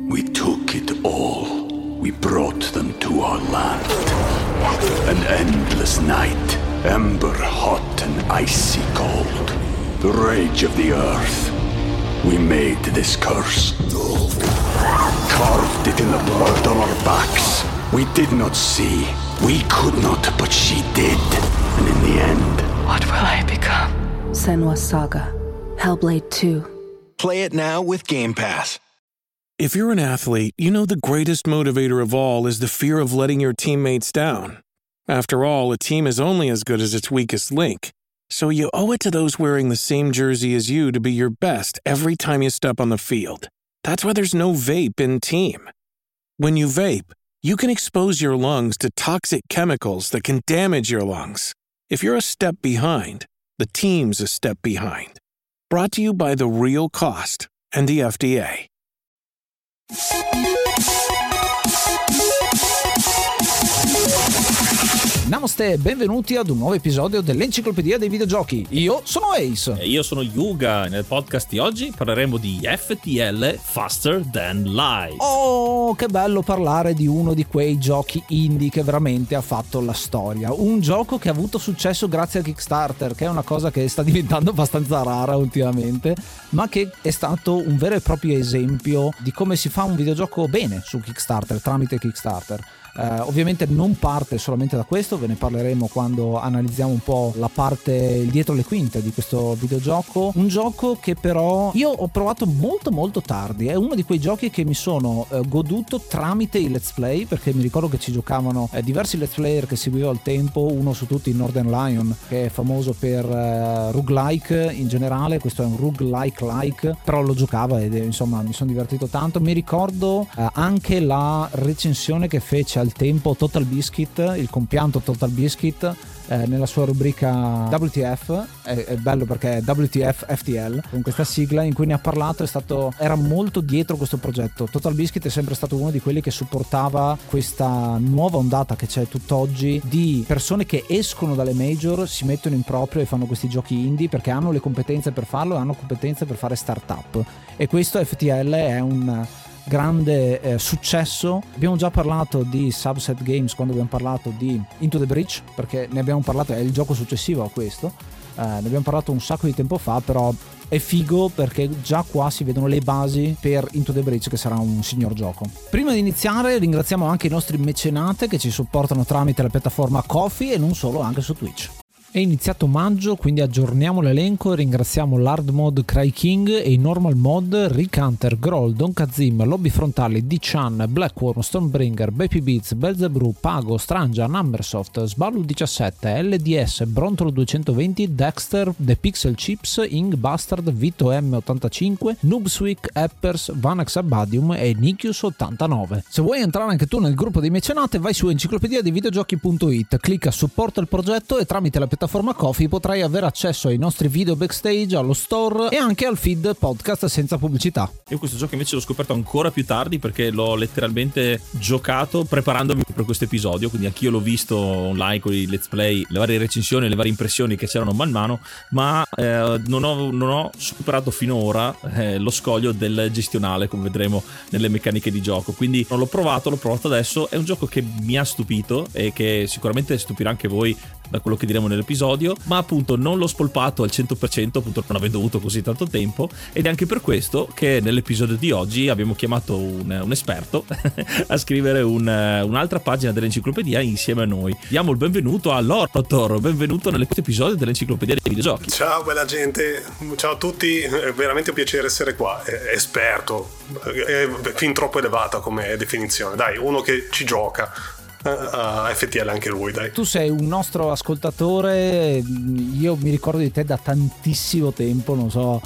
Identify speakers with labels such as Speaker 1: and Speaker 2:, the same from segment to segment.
Speaker 1: We took it all. We brought them to our land. An endless night, ember hot and icy cold. The rage of the earth. We made this curse. Carved it in the blood on our backs. We did not see. We could not, but she did. And in the end...
Speaker 2: What will I become?
Speaker 3: Senua's Saga. Hellblade 2.
Speaker 4: Play it now with Game Pass.
Speaker 5: If you're an athlete, you know the greatest motivator of all is the fear of letting your teammates down. After all, a team is only as good as its weakest link. So you owe it to those wearing the same jersey as you to be your best every time you step on the field. That's why there's no vape in team. When you vape, you can expose your lungs to toxic chemicals that can damage your lungs. If you're a step behind, the team's a step behind. Brought to you by The Real Cost and the FDA.
Speaker 6: Namaste e benvenuti ad un nuovo episodio dell'Enciclopedia dei Videogiochi. Io sono Ace.
Speaker 7: E io sono Yuga. Nel podcast di oggi parleremo di FTL Faster Than Light.
Speaker 6: Oh, che bello parlare di uno di quei giochi indie che veramente ha fatto la storia. Un gioco che ha avuto successo grazie a Kickstarter, che è una cosa che sta diventando abbastanza rara ultimamente, ma che è stato un vero e proprio esempio di come si fa un videogioco bene su Kickstarter, tramite Kickstarter. Ovviamente non parte solamente da questo, ve ne parleremo quando analizziamo un po' la parte dietro le quinte di questo videogioco. Un gioco che però io ho provato molto tardi, è uno di quei giochi che mi sono goduto tramite i let's play, perché mi ricordo che ci giocavano diversi let's player che seguivo al tempo, uno su tutti Northern Lion, che è famoso per roguelike in generale. Questo è un roguelike, però lo giocava ed insomma mi sono divertito tanto. Mi ricordo anche la recensione che fece al tempo Total Biscuit, il compianto Total Biscuit, nella sua rubrica WTF. È bello perché è WTF FTL con questa sigla, in cui ne ha parlato. Era molto dietro questo progetto. Total Biscuit è sempre stato uno di quelli che supportava questa nuova ondata che c'è tutt'oggi di persone che escono dalle major, si mettono in proprio e fanno questi giochi indie perché hanno le competenze per farlo e hanno competenze per fare startup, e questo FTL è un grande successo. Abbiamo già parlato di Subset Games quando abbiamo parlato di Into the Breach, perché ne abbiamo parlato, è il gioco successivo a questo, ne abbiamo parlato un sacco di tempo fa, però è figo perché già qua si vedono le basi per Into the Breach, che sarà un signor gioco. Prima di iniziare ringraziamo anche i nostri mecenate che ci supportano tramite la piattaforma Ko-fi e non solo, anche su Twitch. È iniziato maggio, quindi aggiorniamo l'elenco e ringraziamo l'hard mod Cry King e i normal mod Rick Hunter, Groll, Don Kazim, Lobby Frontali, D-Chan, Blackworm, Stonebringer, Baby Beats, Belzebrew, Pago, Strangia, Numbersoft, Sballu17, LDS, Brontolo 220, Dexter, The Pixel Chips, Ing Bastard, Vito M85, Noobswick, Eppers, Vanax Abadium e Nikius89. Se vuoi entrare anche tu nel gruppo dei mecenate, vai su enciclopedia dei videogiochi.it, clicca supporta il progetto e tramite la piattaforma Ko-fi potrai avere accesso ai nostri video backstage, allo store e anche al feed podcast senza pubblicità.
Speaker 7: Io questo gioco invece l'ho scoperto ancora più tardi, perché l'ho letteralmente giocato preparandomi per questo episodio, quindi anch'io l'ho visto online con i let's play, le varie recensioni, le varie impressioni che c'erano man mano, ma non ho superato finora lo scoglio del gestionale, come vedremo nelle meccaniche di gioco. Quindi non l'ho provato adesso. È un gioco che mi ha stupito e che sicuramente stupirà anche voi da quello che diremo nell'episodio, ma appunto non l'ho spolpato al 100%, appunto non avendo avuto così tanto tempo, ed è anche per questo che nell'episodio di oggi abbiamo chiamato un esperto a scrivere un'altra pagina dell'enciclopedia insieme a noi. Diamo il benvenuto a Lorotor, benvenuto questo episodio dell'enciclopedia dei videogiochi.
Speaker 8: Ciao bella gente, ciao a tutti, è veramente un piacere essere qua. Esperto è fin troppo elevata come definizione, dai, uno che ci gioca a FTL anche lui, dai.
Speaker 6: Tu sei un nostro ascoltatore, io mi ricordo di te da tantissimo tempo, non so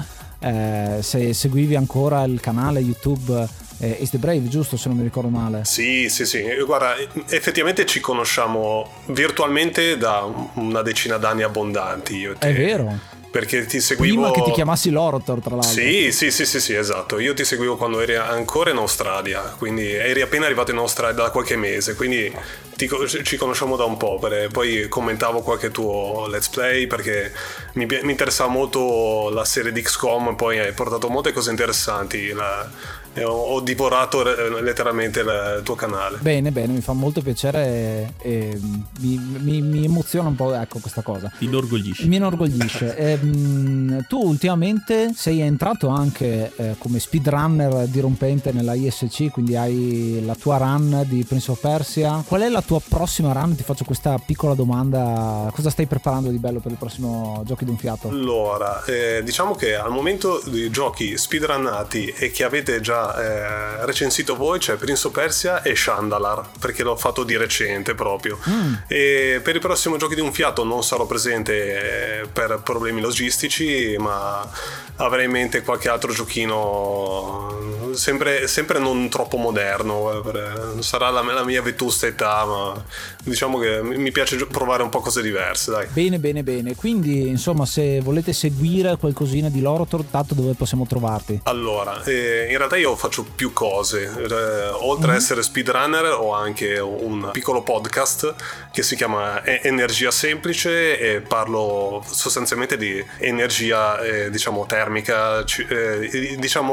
Speaker 6: se seguivi ancora il canale YouTube Ace the Brave, giusto, se non mi ricordo male?
Speaker 8: Sì, guarda, effettivamente ci conosciamo virtualmente da una decina d'anni abbondanti, io e te.
Speaker 6: È vero,
Speaker 8: perché ti seguivo
Speaker 6: prima che ti chiamassi Lorotor, tra l'altro.
Speaker 8: Sì, esatto. Io ti seguivo quando eri ancora in Australia, quindi eri appena arrivato in Australia da qualche mese, quindi ci conosciamo da un po'. Poi commentavo qualche tuo let's play perché mi interessava molto la serie di XCOM, poi hai portato molte cose interessanti, ho divorato letteralmente il tuo canale.
Speaker 6: Bene, mi fa molto piacere e mi emoziona un po', ecco, questa cosa.
Speaker 7: Ti inorgoglisce.
Speaker 6: Mi inorgoglisce. Tu ultimamente sei entrato anche come speedrunner dirompente nella ISC, quindi hai la tua run di Prince of Persia. Qual è la tua prossima run? Ti faccio questa piccola domanda: cosa stai preparando di bello per il prossimo Giochi d'un Fiato?
Speaker 8: Allora, diciamo che al momento di giochi speedrunnati e che avete già recensito voi c'è Prince of Persia e Shandalar, perché l'ho fatto di recente proprio. E per il prossimo Giochi di un Fiato non sarò presente per problemi logistici, ma avrei in mente qualche altro giochino sempre non troppo moderno. Sarà la mia vetusta età, ma diciamo che mi piace provare un po' cose diverse, dai.
Speaker 6: Bene, quindi insomma, se volete seguire qualcosina di loro, tanto dove possiamo trovarti?
Speaker 8: Allora, in realtà io faccio più cose. Oltre a essere speedrunner ho anche un piccolo podcast che si chiama Energia Semplice e parlo sostanzialmente di energia diciamo termica, diciamo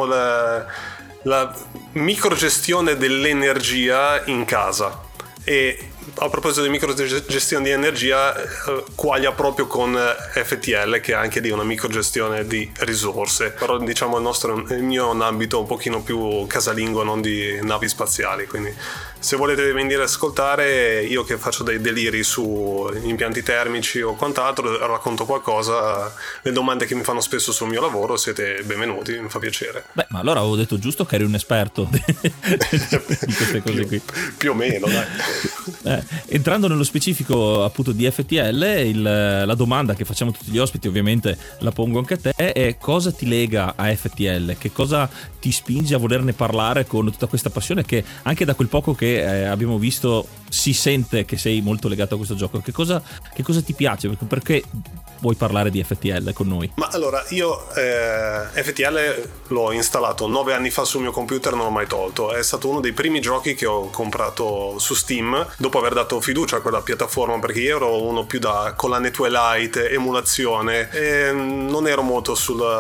Speaker 8: la microgestione dell'energia in casa. E a proposito di microgestione di energia, quaglia proprio con FTL, che è anche di una microgestione di risorse, però diciamo il mio è un ambito un pochino più casalingo, non di navi spaziali, quindi se volete venire ad ascoltare, io che faccio dei deliri su impianti termici o quant'altro, racconto qualcosa, le domande che mi fanno spesso sul mio lavoro, siete benvenuti, mi fa piacere.
Speaker 7: Beh, ma allora avevo detto giusto che eri un esperto di queste cose qui.
Speaker 8: Più o meno, dai.
Speaker 7: Entrando nello specifico appunto di FTL, la domanda che facciamo a tutti gli ospiti, ovviamente la pongo anche a te, è: cosa ti lega a FTL? Che cosa ti spinge a volerne parlare con tutta questa passione che anche da quel poco che abbiamo visto si sente che sei molto legato a questo gioco? Che cosa ti piace? Perché vuoi parlare di FTL con noi?
Speaker 8: Ma allora, io FTL l'ho installato 9 anni fa sul mio computer, non l'ho mai tolto. È stato uno dei primi giochi che ho comprato su Steam dopo aver dato fiducia a quella piattaforma, perché io ero uno più da collane Twilight, emulazione, e non ero molto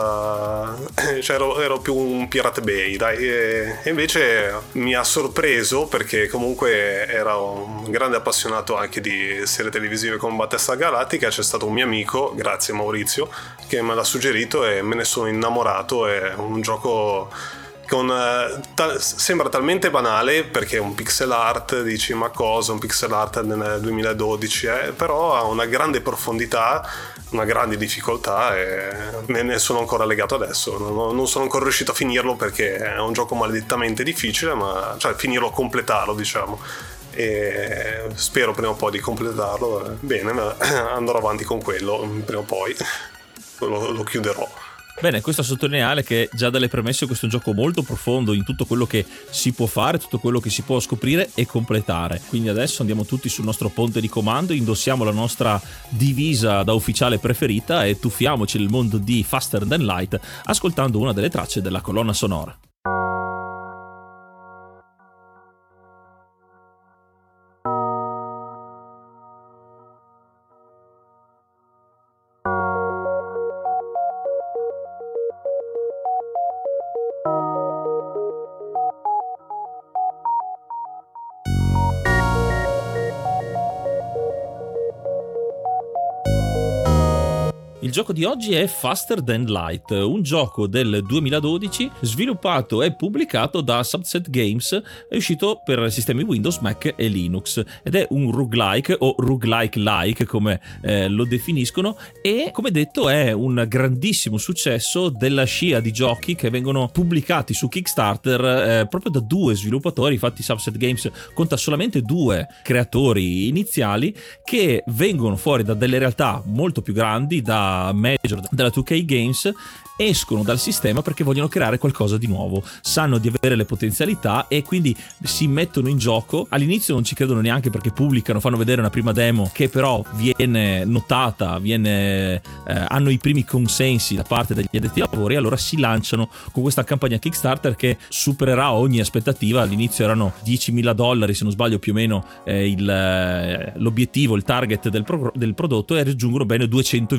Speaker 8: cioè ero più un Pirate Bay, dai. E invece mi ha sorpreso, perché comunque era un grande appassionato anche di serie televisive come Battlestar Galactica. C'è stato un mio amico, grazie Maurizio, che me l'ha suggerito e me ne sono innamorato. È un gioco sembra talmente banale, perché è un pixel art, dici ma cosa, un pixel art nel 2012, però ha una grande profondità, una grande difficoltà, e me ne sono ancora legato adesso. Non sono ancora riuscito a finirlo perché è un gioco maledettamente difficile, ma cioè finirlo, completarlo, diciamo, e spero prima o poi di completarlo. Bene, andrò avanti con quello, prima o poi lo chiuderò.
Speaker 7: Bene, questo a sottolineare che già dalle premesse questo è un gioco molto profondo in tutto quello che si può fare, tutto quello che si può scoprire e completare. Quindi adesso andiamo tutti sul nostro ponte di comando, indossiamo la nostra divisa da ufficiale preferita e tuffiamoci nel mondo di Faster Than Light ascoltando una delle tracce della colonna sonora. Il gioco di oggi è Faster Than Light, un gioco del 2012 sviluppato e pubblicato da Subset Games, è uscito per sistemi Windows, Mac e Linux ed è un roguelike o roguelike-like come lo definiscono, e come detto è un grandissimo successo della scia di giochi che vengono pubblicati su Kickstarter proprio da due sviluppatori. Infatti Subset Games conta solamente 2 creatori iniziali che vengono fuori da delle realtà molto più grandi, da major della 2K Games, escono dal sistema perché vogliono creare qualcosa di nuovo, sanno di avere le potenzialità e quindi si mettono in gioco. All'inizio non ci credono neanche perché pubblicano, fanno vedere una prima demo che però viene notata, hanno i primi consensi da parte degli addetti ai lavori, allora si lanciano con questa campagna Kickstarter che supererà ogni aspettativa. All'inizio erano $10.000 se non sbaglio più o meno l'obiettivo, il target del prodotto, e raggiungono bene 200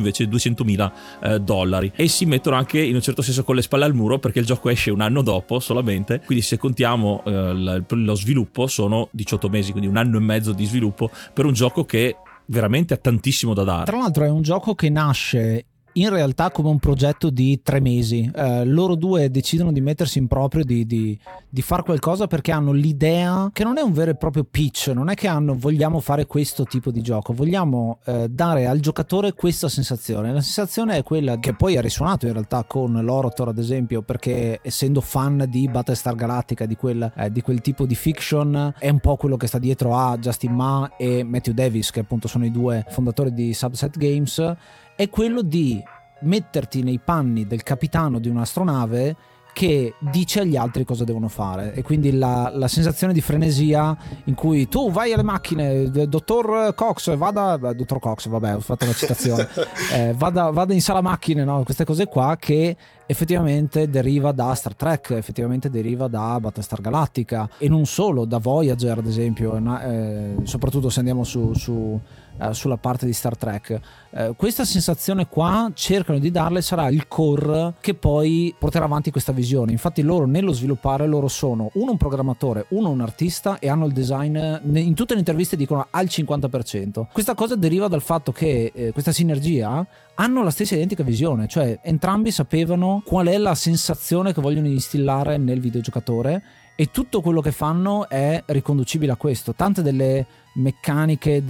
Speaker 7: $200.000 e si mettono anche in un certo senso con le spalle al muro, perché il gioco esce un anno dopo solamente, quindi se contiamo lo sviluppo sono 18 mesi, quindi un anno e mezzo di sviluppo per un gioco che veramente ha tantissimo da dare.
Speaker 6: Tra l'altro è un gioco che nasce in realtà come un progetto di 3 mesi. Loro due decidono di mettersi in proprio, di fare qualcosa, perché hanno l'idea che non è un vero e proprio pitch, non è che vogliamo fare questo tipo di gioco, vogliamo dare al giocatore questa sensazione. La sensazione è quella che poi ha risuonato in realtà con l'Orotor, ad esempio, perché essendo fan di Battlestar Galactica, di quel tipo di fiction, è un po' quello che sta dietro a Justin Ma e Matthew Davis, che appunto sono i due fondatori di Subset Games. È quello di metterti nei panni del capitano di un'astronave che dice agli altri cosa devono fare, e quindi la sensazione di frenesia in cui tu vai alle macchine, dottor Cox, dottor Cox, vabbè, ho fatto una citazione, vada in sala macchine, no? Queste cose qua che effettivamente deriva da Star Trek, effettivamente deriva da Battlestar Galactica, e non solo, da Voyager ad esempio, soprattutto se andiamo sulla parte di Star Trek. Questa sensazione qua cercano di darle, sarà il core che poi porterà avanti questa visione. Infatti loro nello sviluppare, loro sono uno un programmatore, uno un artista, e hanno il design, in tutte le interviste dicono al 50%. Questa cosa deriva dal fatto che questa sinergia hanno la stessa identica visione, cioè entrambi sapevano qual è la sensazione che vogliono instillare nel videogiocatore, e tutto quello che fanno è riconducibile a questo. Tante delle meccaniche,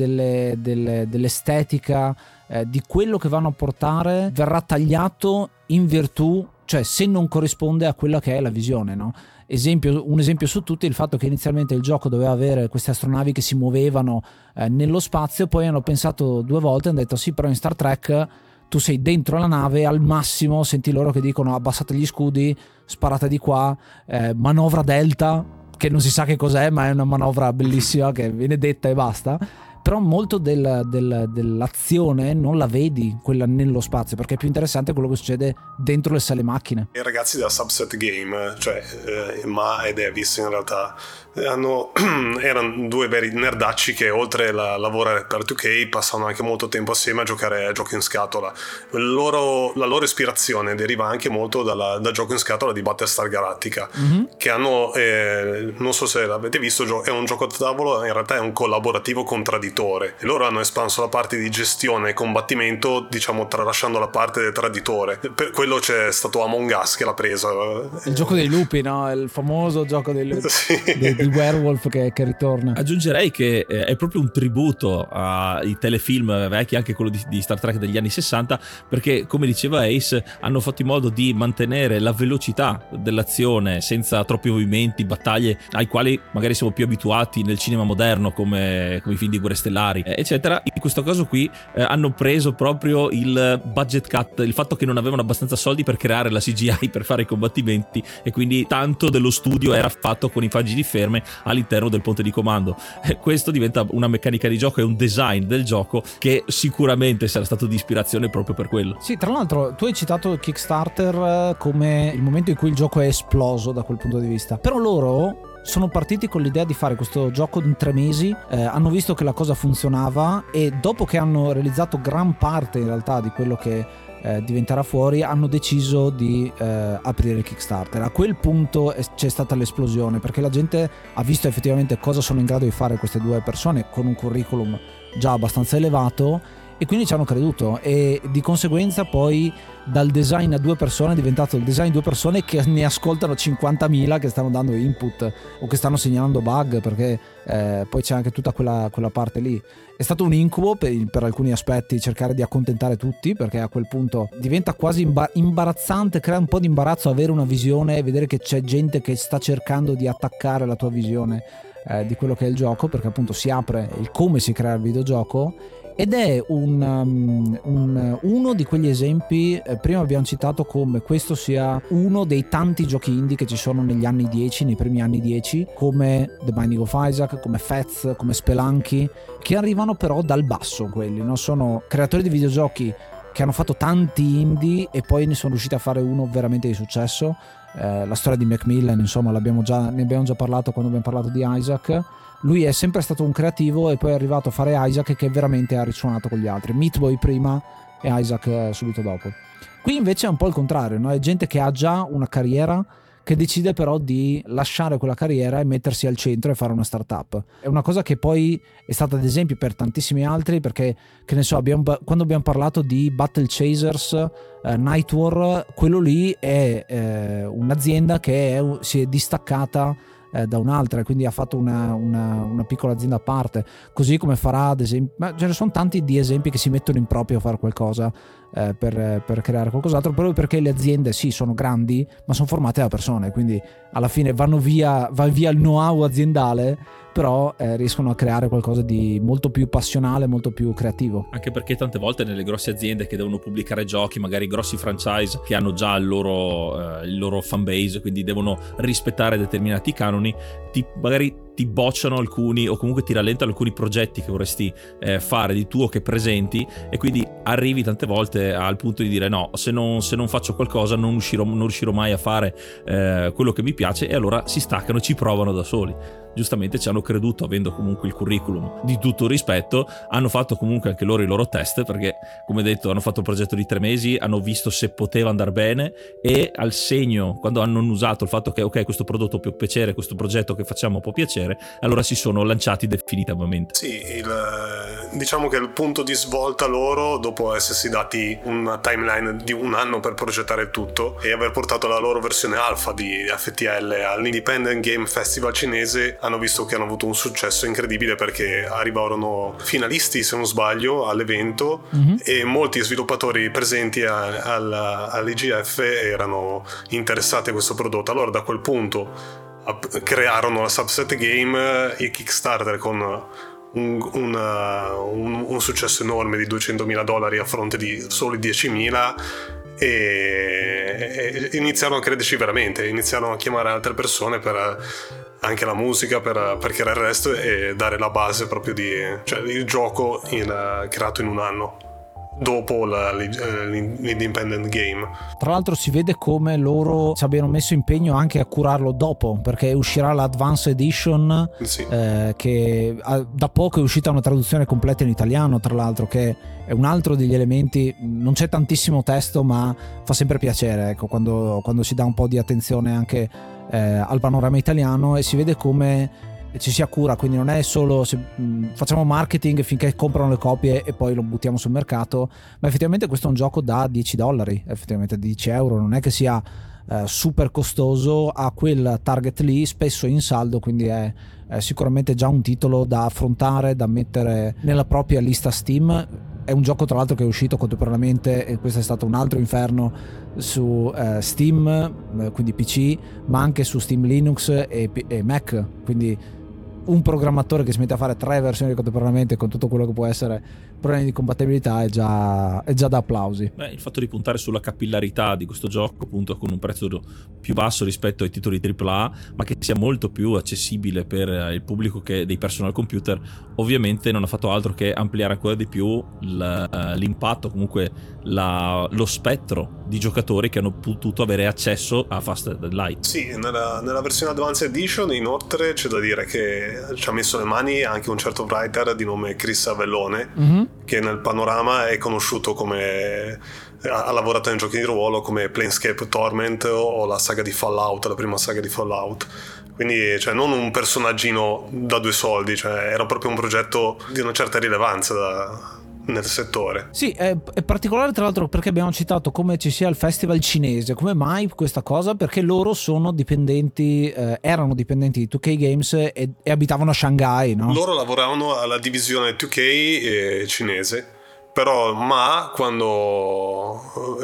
Speaker 6: dell'estetica, di quello che vanno a portare verrà tagliato in virtù, cioè se non corrisponde a quella che è la visione, no? Un esempio su tutti è il fatto che inizialmente il gioco doveva avere queste astronavi che si muovevano nello spazio, poi hanno pensato 2 volte e hanno detto sì, però in Star Trek tu sei dentro la nave, al massimo senti loro che dicono abbassate gli scudi, sparate di qua, manovra Delta, che non si sa che cos'è, ma è una manovra bellissima che viene detta e basta. Però molto dell'azione non la vedi quella nello spazio, perché è più interessante quello che succede dentro le sale macchine.
Speaker 8: I ragazzi da Subset Game, cioè Ma e Davis, in realtà erano 2 veri nerdacci che oltre a lavorare per 2K passano anche molto tempo assieme a giocare a giochi in scatola. La loro ispirazione deriva anche molto dal gioco in scatola di Battlestar Galactica, che hanno, non so se l'avete visto, è un gioco da tavolo, in realtà è un collaborativo con traditore, e loro hanno espanso la parte di gestione e combattimento, diciamo, tralasciando la parte del traditore. Per quello c'è stato Among Us che l'ha presa,
Speaker 6: il gioco dei lupi, no? Il famoso gioco dei lupi, sì. di werewolf che ritorna.
Speaker 7: Aggiungerei che è proprio un tributo ai telefilm vecchi, anche quello di Star Trek degli anni 60, perché come diceva Ace hanno fatto in modo di mantenere la velocità dell'azione senza troppi movimenti, battaglie ai quali magari siamo più abituati nel cinema moderno, come i film di guerre stellari, eccetera. In questo caso qui hanno preso proprio il budget cut, il fatto che non avevano abbastanza soldi per creare la CGI per fare i combattimenti, e quindi tanto dello studio era fatto con immagini ferme all'interno del ponte di comando. Questo diventa una meccanica di gioco e un design del gioco che sicuramente sarà stato di ispirazione proprio per quello.
Speaker 6: Sì, tra l'altro tu hai citato il Kickstarter come il momento in cui il gioco è esploso da quel punto di vista, però loro sono partiti con l'idea di fare questo gioco in 3 mesi, hanno visto che la cosa funzionava, e dopo che hanno realizzato gran parte in realtà di quello che diventerà fuori, hanno deciso di aprire il Kickstarter. A quel punto c'è stata l'esplosione, perché la gente ha visto effettivamente cosa sono in grado di fare queste 2 persone con un curriculum già abbastanza elevato, e quindi ci hanno creduto, e di conseguenza poi dal design a 2 persone è diventato il design 2 persone che ne ascoltano 50.000 che stanno dando input o che stanno segnalando bug, perché poi c'è anche tutta quella parte lì. È stato un incubo per alcuni aspetti cercare di accontentare tutti, perché a quel punto diventa quasi imbarazzante, crea un po' di imbarazzo avere una visione e vedere che c'è gente che sta cercando di attaccare la tua visione di quello che è il gioco, perché appunto si apre il come si crea il videogioco. Ed è uno di quegli esempi, prima abbiamo citato come questo sia uno dei tanti giochi indie che ci sono negli anni 10, nei primi anni 10, come The Binding of Isaac, come Fez, come Spelunky, che arrivano però dal basso. Quelli, no? Sono creatori di videogiochi che hanno fatto tanti indie e poi ne sono riusciti a fare uno veramente di successo. La storia di Macmillan, insomma, ne abbiamo già parlato quando abbiamo parlato di Isaac. Lui è sempre stato un creativo e poi è arrivato a fare Isaac, che veramente ha risuonato con gli altri. Meat Boy prima e Isaac subito dopo. Qui invece è un po' il contrario, no? È gente che ha già una carriera, che decide però di lasciare quella carriera e mettersi al centro e fare una startup. È una cosa che poi è stata ad esempio per tantissimi altri, perché, che ne so, quando abbiamo parlato di Battle Chasers, Night War, quello lì è un'azienda che si è distaccata da un'altra, quindi ha fatto una piccola azienda a parte, così come farà ad esempio, ma ce ne sono tanti di esempi che si mettono in proprio a fare qualcosa per creare qualcos'altro, proprio perché le aziende sì sono grandi ma sono formate da persone, quindi alla fine va via il know-how aziendale, però riescono a creare qualcosa di molto più passionale, molto più creativo.
Speaker 7: Anche perché tante volte nelle grosse aziende che devono pubblicare giochi, magari grossi franchise che hanno già il loro fan base, quindi devono rispettare determinati canoni, magari ti bocciano alcuni o comunque ti rallentano alcuni progetti che vorresti fare di tuo, che presenti, e quindi arrivi tante volte al punto di dire no, se non faccio qualcosa non riuscirò mai a fare quello che mi piace, e allora si staccano e ci provano da soli. Giustamente ci hanno creduto, avendo comunque il curriculum di tutto rispetto, hanno fatto comunque anche loro i loro test, perché come detto hanno fatto un progetto di 3 mesi, hanno visto se poteva andare bene, e al segno, quando hanno usato il fatto che ok, questo prodotto può piacere, questo progetto che facciamo può piacere, allora si sono lanciati definitivamente.
Speaker 8: Sì, diciamo che il punto di svolta loro, dopo essersi dati una timeline di 1 anno per progettare il tutto e aver portato la loro versione alfa di FTL all'Independent Game Festival cinese, hanno visto che hanno avuto un successo incredibile, perché arrivarono finalisti, se non sbaglio, all'evento, e molti sviluppatori presenti all'IGF erano interessati a questo prodotto. Allora da quel punto crearono la Subset Game, il Kickstarter con un successo enorme di $200.000 a fronte di soli 10.000, e iniziarono a crederci veramente, iniziarono a chiamare altre persone per anche la musica, per creare il resto e dare la base proprio cioè il gioco creato in 1 anno dopo l'Independent Game.
Speaker 6: Tra l'altro si vede come loro ci abbiano messo impegno anche a curarlo dopo, perché uscirà l'Advanced Edition,
Speaker 8: sì.
Speaker 6: Che da poco è uscita una traduzione completa in italiano, tra l'altro, che è un altro degli elementi. Non c'è tantissimo testo, ma fa sempre piacere, ecco, quando si dà un po' di attenzione anche al panorama italiano, e si vede come ci sia cura, quindi non è solo facciamo marketing finché comprano le copie e poi lo buttiamo sul mercato, ma effettivamente questo è un gioco da $10, effettivamente €10, non è che sia super costoso, ha quel target lì, spesso in saldo, quindi è sicuramente già un titolo da affrontare, da mettere nella propria lista Steam. È un gioco tra l'altro che è uscito contemporaneamente, e questo è stato un altro inferno, su Steam, quindi PC, ma anche su Steam Linux e Mac, quindi un programmatore che si mette a fare 3 versioni contemporaneamente con tutto quello che può essere problemi di compatibilità è già da applausi.
Speaker 7: Il fatto di puntare sulla capillarità di questo gioco, appunto con un prezzo più basso rispetto ai titoli AAA, ma che sia molto più accessibile per il pubblico dei personal computer, ovviamente non ha fatto altro che ampliare ancora di più l'impatto, comunque lo spettro di giocatori che hanno potuto avere accesso a Faster Than Light.
Speaker 8: Sì, nella versione Advanced Edition inoltre c'è da dire che ci ha messo le mani anche un certo writer di nome Chris Avellone, che nel panorama è conosciuto come ha lavorato in giochi di ruolo come Planescape Torment o la saga di Fallout, la prima saga di Fallout. Quindi, cioè, non un personaggino da 2 soldi, cioè era proprio un progetto di una certa rilevanza nel settore.
Speaker 6: Sì, è particolare tra l'altro perché abbiamo citato come ci sia il festival cinese. Come mai questa cosa? Perché loro sono dipendenti, erano dipendenti di 2K Games e abitavano a Shanghai, no?
Speaker 8: Loro lavoravano alla divisione 2K cinese, però quando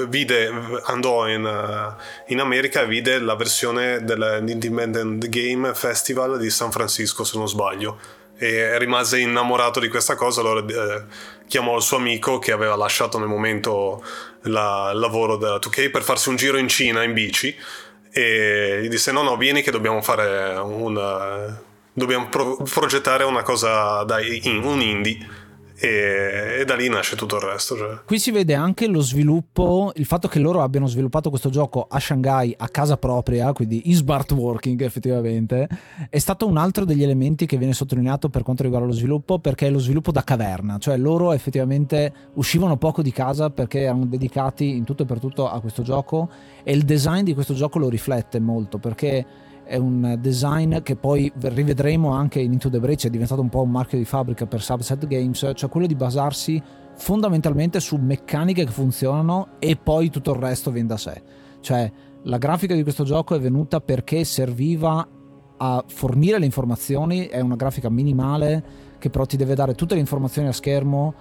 Speaker 8: andò in America vide la versione dell'Independent Game Festival di San Francisco, se non sbaglio, e rimase innamorato di questa cosa. Allora chiamò il suo amico che aveva lasciato nel momento il lavoro della 2K per farsi un giro in Cina in bici, e gli disse no, vieni che dobbiamo fare dobbiamo progettare una cosa un indie. e da lì nasce tutto il resto. Cioè.
Speaker 6: Qui si vede anche lo sviluppo, il fatto che loro abbiano sviluppato questo gioco a Shanghai, a casa propria, quindi in smart working effettivamente, è stato un altro degli elementi che viene sottolineato per quanto riguarda lo sviluppo, perché è lo sviluppo da caverna, cioè loro effettivamente uscivano poco di casa perché erano dedicati in tutto e per tutto a questo gioco, e il design di questo gioco lo riflette molto, perché è un design che poi rivedremo anche in Into the Breach, è diventato un po' un marchio di fabbrica per Subset Games, cioè quello di basarsi fondamentalmente su meccaniche che funzionano e poi tutto il resto viene da sé. Cioè la grafica di questo gioco è venuta perché serviva a fornire le informazioni, è una grafica minimale che però ti deve dare tutte le informazioni a schermo,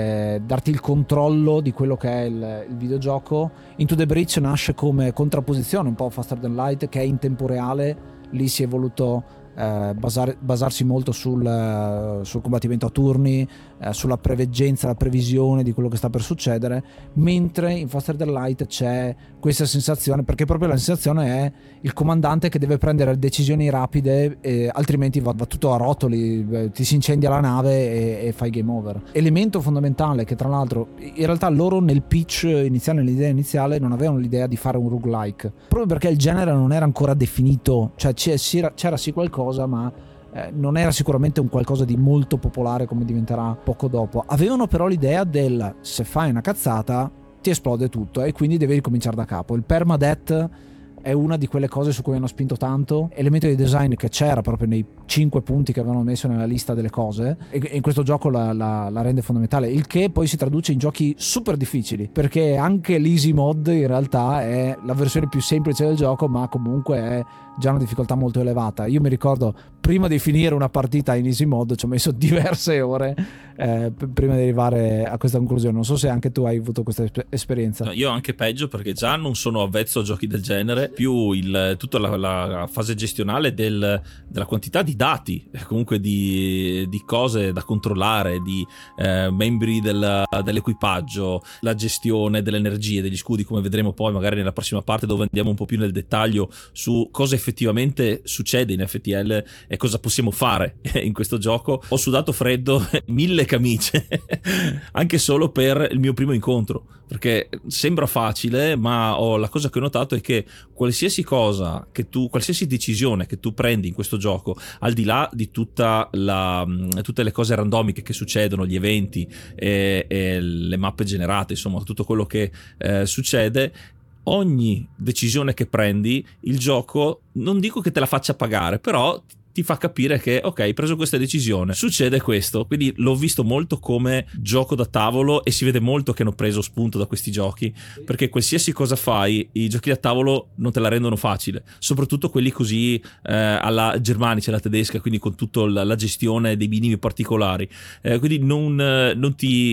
Speaker 6: darti il controllo di quello che è il videogioco. Into the Breach nasce come contrapposizione un po' Faster Than Light, che è in tempo reale. Lì si è voluto basarsi molto sul combattimento a turni, sulla preveggenza, la previsione di quello che sta per succedere, mentre in Faster Than Light c'è questa sensazione, perché proprio la sensazione è il comandante che deve prendere decisioni rapide, altrimenti va tutto a rotoli, ti si incendia la nave e fai game over. Elemento fondamentale che tra l'altro in realtà loro nel pitch iniziale, nell'idea iniziale, non avevano l'idea di fare un roguelike, proprio perché il genere non era ancora definito, cioè c'era sì qualcosa, ma non era sicuramente un qualcosa di molto popolare come diventerà poco dopo. Avevano però l'idea del se fai una cazzata ti esplode tutto e quindi devi ricominciare da capo. Il permadeath è una di quelle cose su cui hanno spinto tanto, elemento di design che c'era proprio nei 5 punti che avevano messo nella lista delle cose, e in questo gioco la rende fondamentale, il che poi si traduce in giochi super difficili, perché anche l'easy mod in realtà è la versione più semplice del gioco, ma comunque è già una difficoltà molto elevata. Io mi ricordo, prima di finire una partita in easy mod ci ho messo diverse ore prima di arrivare a questa conclusione. Non so se anche tu hai avuto questa esperienza.
Speaker 7: No, io anche peggio, perché già non sono avvezzo a giochi del genere, più tutta la fase gestionale della quantità di dati, comunque di cose da controllare, di membri dell'equipaggio, la gestione delle energie, degli scudi, come vedremo poi magari nella prossima parte, dove andiamo un po' più nel dettaglio su cosa effettivamente succede in FTL e cosa possiamo fare in questo gioco. Ho sudato freddo 1000 camicie anche solo per il mio primo incontro, perché sembra facile, ma la cosa che ho notato è che qualsiasi decisione che tu prendi in questo gioco, al di là di tutte le cose randomiche che succedono, gli eventi e le mappe generate, insomma tutto quello che succede, ogni decisione che prendi, il gioco non dico che te la faccia pagare, però ti fa capire che ok, hai preso questa decisione, succede questo. Quindi l'ho visto molto come gioco da tavolo, e si vede molto che hanno preso spunto da questi giochi, perché qualsiasi cosa fai, i giochi da tavolo non te la rendono facile, soprattutto quelli così alla germanica, alla tedesca, quindi con tutta la gestione dei minimi particolari, quindi non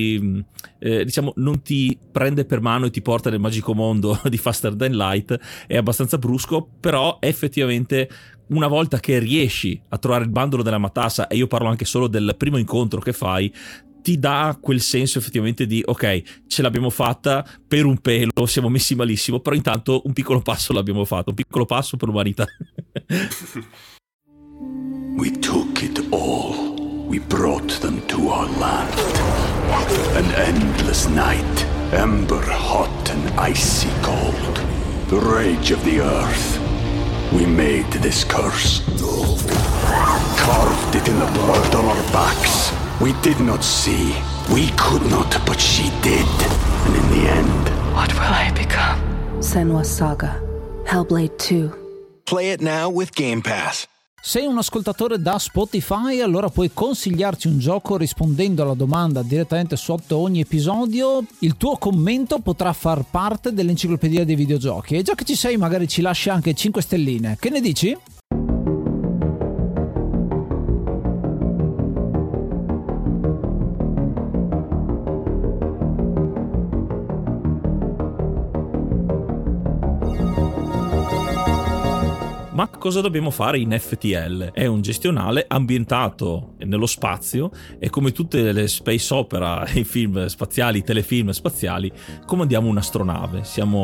Speaker 7: ti prende per mano e ti porta nel magico mondo di Faster Than Light. È abbastanza brusco, però effettivamente una volta che riesci a trovare il bandolo della matassa, e io parlo anche solo del primo incontro che fai, ti dà quel senso effettivamente di ok, ce l'abbiamo fatta, per un pelo siamo messi malissimo, però intanto un piccolo passo l'abbiamo fatto, un piccolo passo per l'umanità.
Speaker 1: We took it all. We brought them to our land. An endless night, ember hot and icy cold. The rage of the earth. We made this curse. Carved it in the blood on our backs. We did not see. We could not, but she did. And in the end...
Speaker 3: What will I become? Senua's Saga. Hellblade 2.
Speaker 4: Play it now with Game Pass.
Speaker 6: Sei un ascoltatore da Spotify, allora puoi consigliarci un gioco rispondendo alla domanda direttamente sotto ogni episodio. Il tuo commento potrà far parte dell'enciclopedia dei videogiochi, e già che ci sei magari ci lasci anche 5 stelline. Che ne dici?
Speaker 7: Ma cosa dobbiamo fare in FTL? È un gestionale ambientato nello spazio e come tutte le space opera, i film spaziali, i telefilm spaziali, comandiamo un'astronave.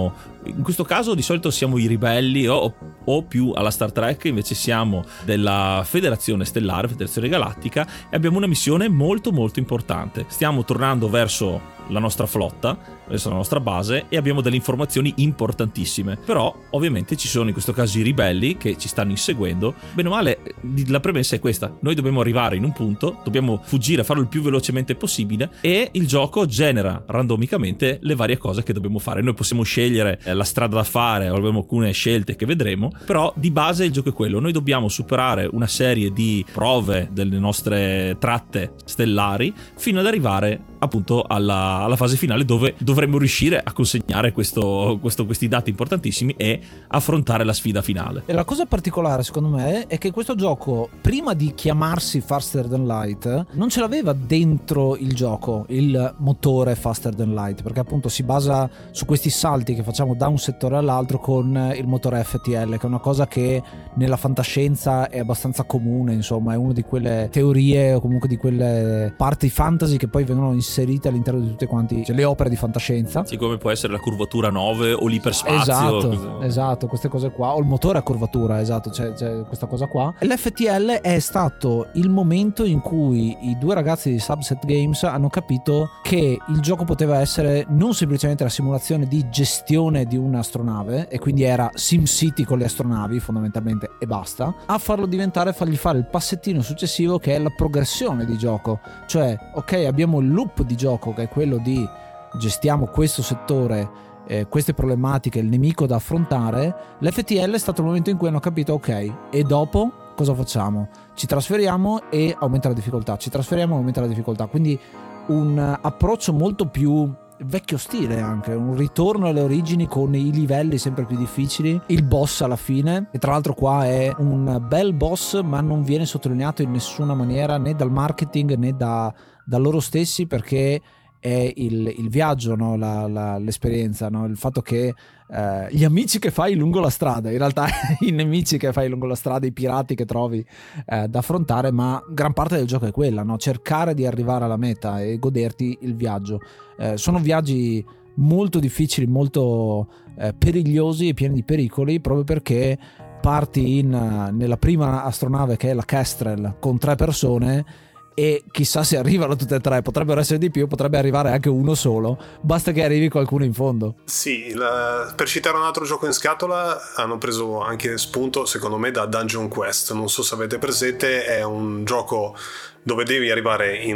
Speaker 7: In questo caso di solito siamo i ribelli o più alla Star Trek, invece siamo della Federazione Stellare, Federazione Galattica, e abbiamo una missione molto molto importante. Stiamo tornando verso la nostra flotta, verso la nostra base, e abbiamo delle informazioni importantissime. Però ovviamente ci sono in questo caso i ribelli che ci stanno inseguendo. Bene o male, la premessa è questa: noi dobbiamo arrivare in un punto, dobbiamo fuggire, farlo il più velocemente possibile, e il gioco genera randomicamente le varie cose che dobbiamo fare. Noi possiamo scegliere la strada da fare, o abbiamo alcune scelte che vedremo, però di base il gioco è quello: noi dobbiamo superare una serie di prove delle nostre tratte stellari fino ad arrivare appunto alla fase finale, dove dovremmo riuscire a consegnare questi dati importantissimi e affrontare la sfida finale.
Speaker 6: E la cosa particolare secondo me è che questo gioco, prima di chiamarsi Faster Than Light, non ce l'aveva dentro il gioco il motore Faster Than Light, perché appunto si basa su questi salti che facciamo da un settore all'altro con il motore FTL, che è una cosa che nella fantascienza è abbastanza comune, insomma è una di quelle teorie o comunque di quelle parti fantasy che poi vengono inserite all'interno di tutte quanti, cioè, le opere di fantascienza.
Speaker 7: Sì, come può essere la curvatura 9 o l'iperspazio.
Speaker 6: Esatto, queste cose qua, o il motore a curvatura, esatto, c'è questa cosa qua. L'FTL è stato il momento in cui i due ragazzi di Subset Games hanno capito che il gioco poteva essere non semplicemente la simulazione di gestione di un'astronave, e quindi era SimCity con le astronavi fondamentalmente e basta, a farlo diventare, fargli fare il passettino successivo che è la progressione di gioco. Cioè, ok, abbiamo il loop di gioco che è quello di gestiamo questo settore, queste problematiche, il nemico da affrontare. L'FTL è stato il momento in cui hanno capito ok, e dopo cosa facciamo? Ci trasferiamo e aumenta la difficoltà, ci trasferiamo e aumenta la difficoltà, quindi un approccio molto più vecchio stile, anche un ritorno alle origini con i livelli sempre più difficili, il boss alla fine, e tra l'altro qua è un bel boss ma non viene sottolineato in nessuna maniera né dal marketing né da loro stessi, perché è il viaggio, no? L'esperienza, no? Il fatto che gli amici che fai lungo la strada, in realtà i nemici che fai lungo la strada, i pirati che trovi da affrontare, ma gran parte del gioco è quella, no? Cercare di arrivare alla meta e goderti il viaggio. Sono viaggi molto difficili, molto perigliosi e pieni di pericoli, proprio perché parti nella prima astronave, che è la Kestrel, con 3 persone, e chissà se arrivano tutte e 3, potrebbero essere di più, potrebbe arrivare anche uno solo, basta che arrivi qualcuno in fondo.
Speaker 8: Sì, per citare un altro gioco in scatola, hanno preso anche spunto secondo me da Dungeon Quest. Non so se avete presente, è un gioco dove devi arrivare in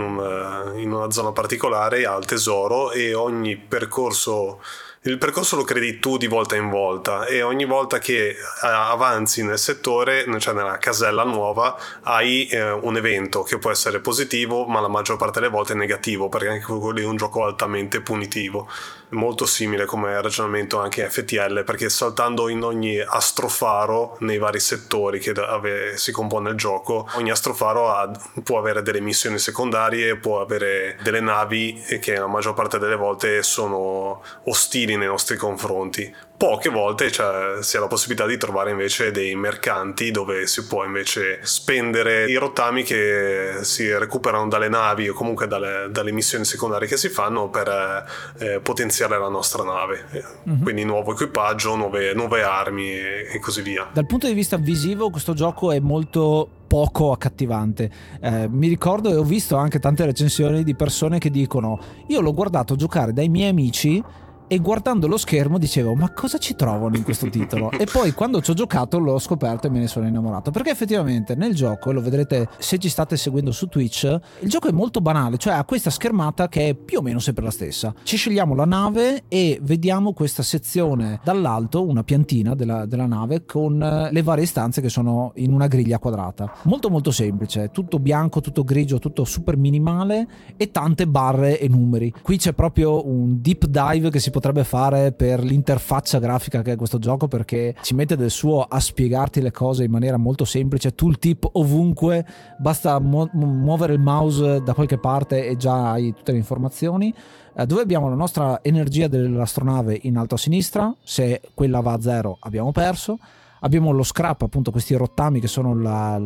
Speaker 8: una zona particolare al tesoro, e ogni percorso, il percorso lo credi tu di volta in volta, e ogni volta che avanzi nel settore, cioè nella casella nuova, hai un evento che può essere positivo, ma la maggior parte delle volte è negativo, perché anche quello è un gioco altamente punitivo. Molto simile come ragionamento anche FTL, perché saltando in ogni astrofaro nei vari settori che si compone il gioco, ogni astrofaro può avere delle missioni secondarie, può avere delle navi che la maggior parte delle volte sono ostili nei nostri confronti. Poche volte si ha la possibilità di trovare invece dei mercanti dove si può invece spendere i rottami che si recuperano dalle navi o comunque dalle missioni secondarie che si fanno per potenziare la nostra nave. Quindi nuovo equipaggio, nuove armi e così via.
Speaker 6: Dal punto di vista visivo questo gioco è molto poco accattivante. Mi ricordo, e ho visto anche tante recensioni di persone che dicono: io l'ho guardato giocare dai miei amici e guardando lo schermo dicevo ma cosa ci trovano in questo titolo, e poi quando ci ho giocato l'ho scoperto e me ne sono innamorato, perché effettivamente nel gioco, e lo vedrete se ci state seguendo su Twitch, il gioco è molto banale, cioè ha questa schermata che è più o meno sempre la stessa. Ci scegliamo la nave e vediamo questa sezione dall'alto, una piantina della nave con le varie stanze che sono in una griglia quadrata, molto molto semplice, tutto bianco, tutto grigio, tutto super minimale e tante barre e numeri. Qui c'è proprio un deep dive che si potrebbe fare per l'interfaccia grafica che è questo gioco, perché ci mette del suo a spiegarti le cose in maniera molto semplice, tooltip ovunque, basta muovere il mouse da qualche parte e già hai tutte le informazioni. Dove abbiamo la nostra energia dell'astronave in alto a sinistra, se quella va a 0 abbiamo perso. abbiamo lo scrap, appunto questi rottami che sono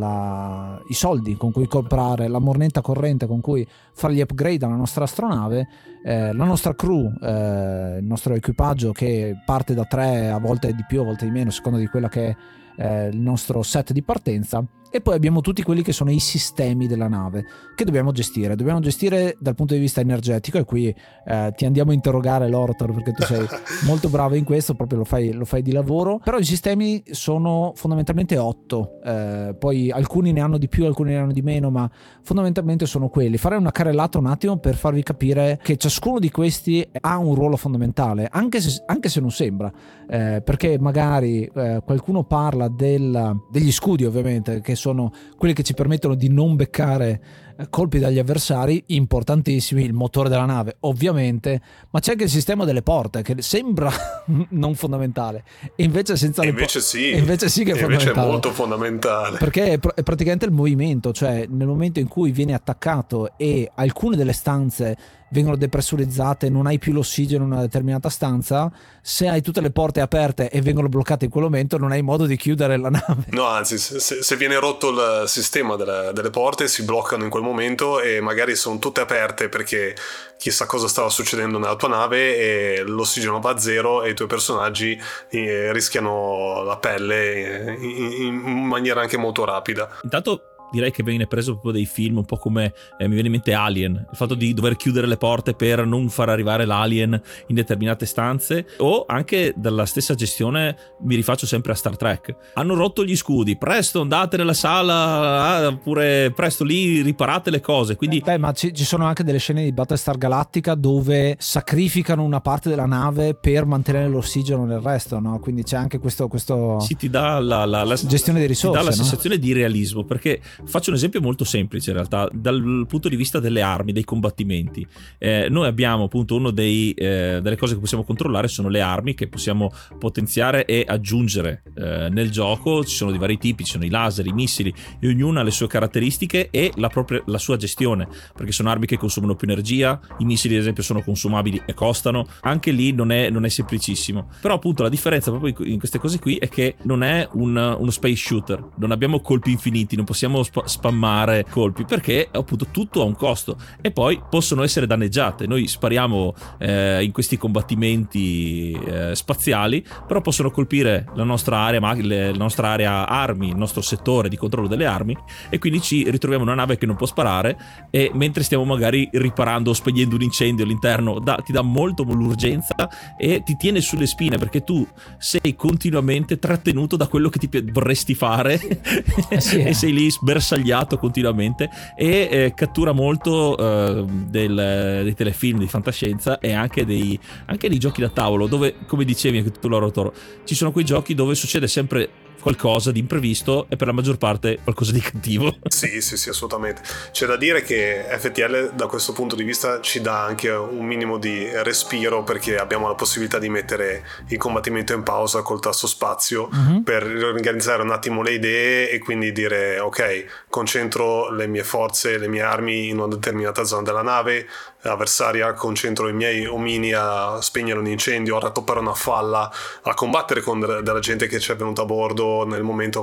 Speaker 6: i soldi con cui comprare, la moneta corrente con cui fare gli upgrade alla nostra astronave, la nostra crew, il nostro equipaggio che parte da 3, a volte di più, a volte di meno, a seconda di quella che è il nostro set di partenza. E poi abbiamo tutti quelli che sono i sistemi della nave che dobbiamo gestire dal punto di vista energetico, e qui ti andiamo a interrogare, Lorotor, perché tu sei molto bravo in questo, proprio lo fai di lavoro. Però i sistemi sono fondamentalmente 8, poi alcuni ne hanno di più, alcuni ne hanno di meno, ma fondamentalmente sono quelli. Farei una carrellata un attimo per farvi capire che ciascuno di questi ha un ruolo fondamentale, anche se non sembra, perché magari qualcuno parla degli scudi, ovviamente, che sono quelli che ci permettono di non beccare colpi dagli avversari, importantissimi, il motore della nave ovviamente, ma c'è anche il sistema delle porte che sembra non fondamentale, e invece senza le porte sì che è fondamentale.
Speaker 8: Invece è molto fondamentale,
Speaker 6: perché è praticamente il movimento, cioè nel momento in cui viene attaccato e alcune delle stanze vengono depressurizzate, non hai più l'ossigeno in una determinata stanza, se hai tutte le porte aperte e vengono bloccate in quel momento non hai modo di chiudere la nave.
Speaker 8: No, anzi, se viene rotto il sistema delle porte si bloccano in quel momento e magari sono tutte aperte perché chissà cosa stava succedendo nella tua nave e l'ossigeno va a zero e i tuoi personaggi rischiano la pelle in maniera anche molto rapida.
Speaker 7: Intanto direi che viene preso proprio dei film un po' come mi viene in mente Alien, il fatto di dover chiudere le porte per non far arrivare l'alien in determinate stanze, o anche dalla stessa gestione mi rifaccio sempre a Star Trek. Hanno rotto gli scudi, presto andate nella sala, oppure presto lì riparate le cose. Quindi
Speaker 6: ma ci sono anche delle scene di Battlestar Galactica dove sacrificano una parte della nave per mantenere l'ossigeno nel resto, no? Quindi c'è anche questo
Speaker 7: sì, ti dà la
Speaker 6: gestione di risorse,
Speaker 7: ti dà la
Speaker 6: no?
Speaker 7: sensazione di realismo, perché faccio un esempio molto semplice in realtà dal punto di vista delle armi, dei combattimenti. Noi abbiamo appunto delle cose che possiamo controllare sono le armi che possiamo potenziare e aggiungere nel gioco. Ci sono di vari tipi, ci sono i laser, i missili, e ognuno ha le sue caratteristiche e la sua gestione, perché sono armi che consumano più energia, i missili ad esempio sono consumabili e costano, anche lì non è semplicissimo. Però appunto la differenza proprio in queste cose qui è che non è uno space shooter, non abbiamo colpi infiniti, non possiamo spammare colpi, perché appunto tutto ha un costo e poi possono essere danneggiate. Noi spariamo in questi combattimenti spaziali, però possono colpire la nostra area, la nostra area armi, il nostro settore di controllo delle armi, e quindi ci ritroviamo una nave che non può sparare, e mentre stiamo magari riparando o spegnendo un incendio all'interno ti dà molto l'urgenza e ti tiene sulle spine, perché tu sei continuamente trattenuto da quello che ti vorresti fare e sei lì sbersagliato continuamente, e cattura molto dei telefilm di fantascienza e anche dei giochi da tavolo, dove, come dicevi anche tu, Loro, ci sono quei giochi dove succede sempre qualcosa di imprevisto e per la maggior parte qualcosa di cattivo.
Speaker 8: Sì, assolutamente. C'è da dire che FTL da questo punto di vista ci dà anche un minimo di respiro, perché abbiamo la possibilità di mettere il combattimento in pausa col tasto spazio per riorganizzare un attimo le idee e quindi dire ok, concentro le mie forze, le mie armi in una determinata zona della nave avversaria, concentro i miei omini a spegnere un incendio, a rattoppare una falla, a combattere con della gente che ci è venuta a bordo nel momento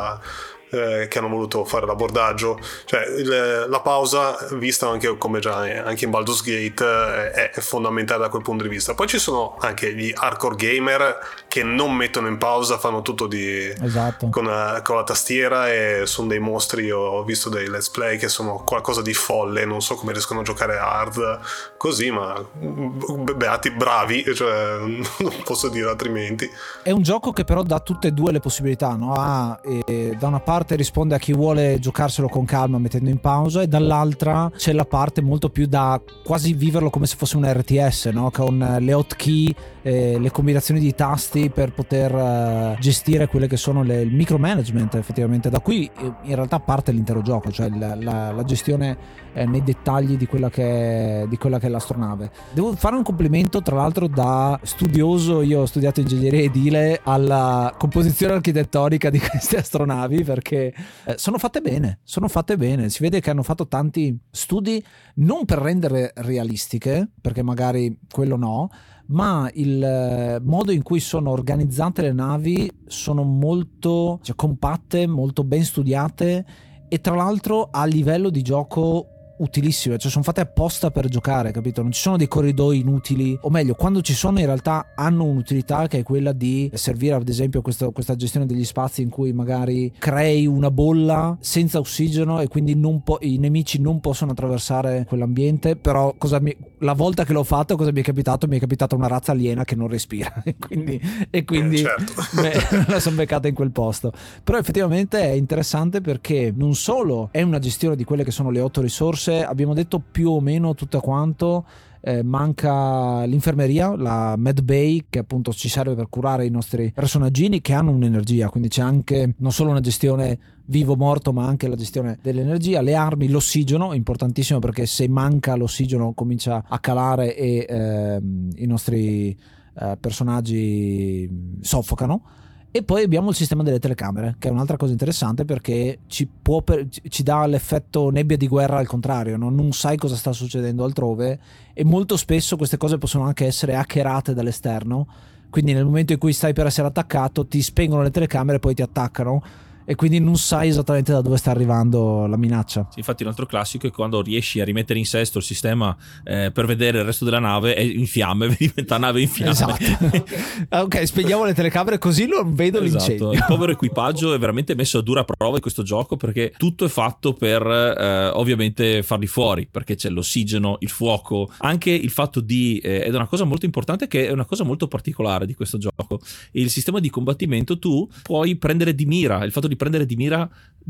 Speaker 8: che hanno voluto fare l'abordaggio. Cioè la pausa, vista anche come già anche in Baldur's Gate, è fondamentale da quel punto di vista. Poi ci sono anche gli hardcore gamer che non mettono in pausa, fanno tutto con la tastiera, e sono dei mostri. Io ho visto dei let's play che sono qualcosa di folle, non so come riescono a giocare hard così, ma beati bravi, cioè non posso dire altrimenti.
Speaker 6: È un gioco che però dà tutte e due le possibilità, no? Da una parte risponde a chi vuole giocarselo con calma mettendo in pausa, e dall'altra c'è la parte molto più da quasi viverlo come se fosse un RTS, no? Con le hotkey, le combinazioni di tasti per poter gestire quelle che sono il micromanagement, effettivamente. Da qui in realtà parte l'intero gioco, cioè la gestione nei dettagli di quella che è l'astronave. Devo fare un complimento tra l'altro da studioso, io ho studiato ingegneria edile, alla composizione architettonica di queste astronavi, perché perché sono fatte bene, si vede che hanno fatto tanti studi non per rendere realistiche, perché magari quello no, ma il modo in cui sono organizzate le navi sono molto, cioè, compatte, molto ben studiate e tra l'altro a livello di gioco utilissime, cioè sono fatte apposta per giocare, capito? Non ci sono dei corridoi inutili, o meglio, quando ci sono in realtà hanno un'utilità che è quella di servire, ad esempio questa gestione degli spazi in cui magari crei una bolla senza ossigeno e quindi i nemici non possono attraversare quell'ambiente. Però la volta che l'ho fatto, cosa mi è capitato? Mi è capitata una razza aliena che non respira e quindi
Speaker 8: certo.
Speaker 6: la sono beccata in quel posto. Però effettivamente è interessante perché non solo è una gestione di quelle che sono le 8 risorse, abbiamo detto più o meno tutto quanto, manca l'infermeria, la med bay, che appunto ci serve per curare i nostri personaggini che hanno un'energia, quindi c'è anche non solo una gestione vivo morto ma anche la gestione dell'energia. Le armi, l'ossigeno, importantissimo, perché se manca l'ossigeno comincia a calare e i nostri personaggi soffocano. E poi abbiamo il sistema delle telecamere, che è un'altra cosa interessante perché ci dà l'effetto nebbia di guerra al contrario, no? Non sai cosa sta succedendo altrove e molto spesso queste cose possono anche essere hackerate dall'esterno, quindi nel momento in cui stai per essere attaccato ti spengono le telecamere e poi ti attaccano e quindi non sai esattamente da dove sta arrivando la minaccia.
Speaker 7: Sì, infatti un altro classico è quando riesci a rimettere in sesto il sistema per vedere il resto della nave è in fiamme, diventa nave in fiamme.
Speaker 6: Esatto. Ok, spegniamo le telecamere così non vedo l'incendio.
Speaker 7: Il povero equipaggio è veramente messo a dura prova in questo gioco perché tutto è fatto per ovviamente farli fuori, perché c'è l'ossigeno, il fuoco, anche il fatto ed è una cosa molto importante, che è una cosa molto particolare di questo gioco, il sistema di combattimento. Tu puoi prendere di mira, il fatto di prendere di mira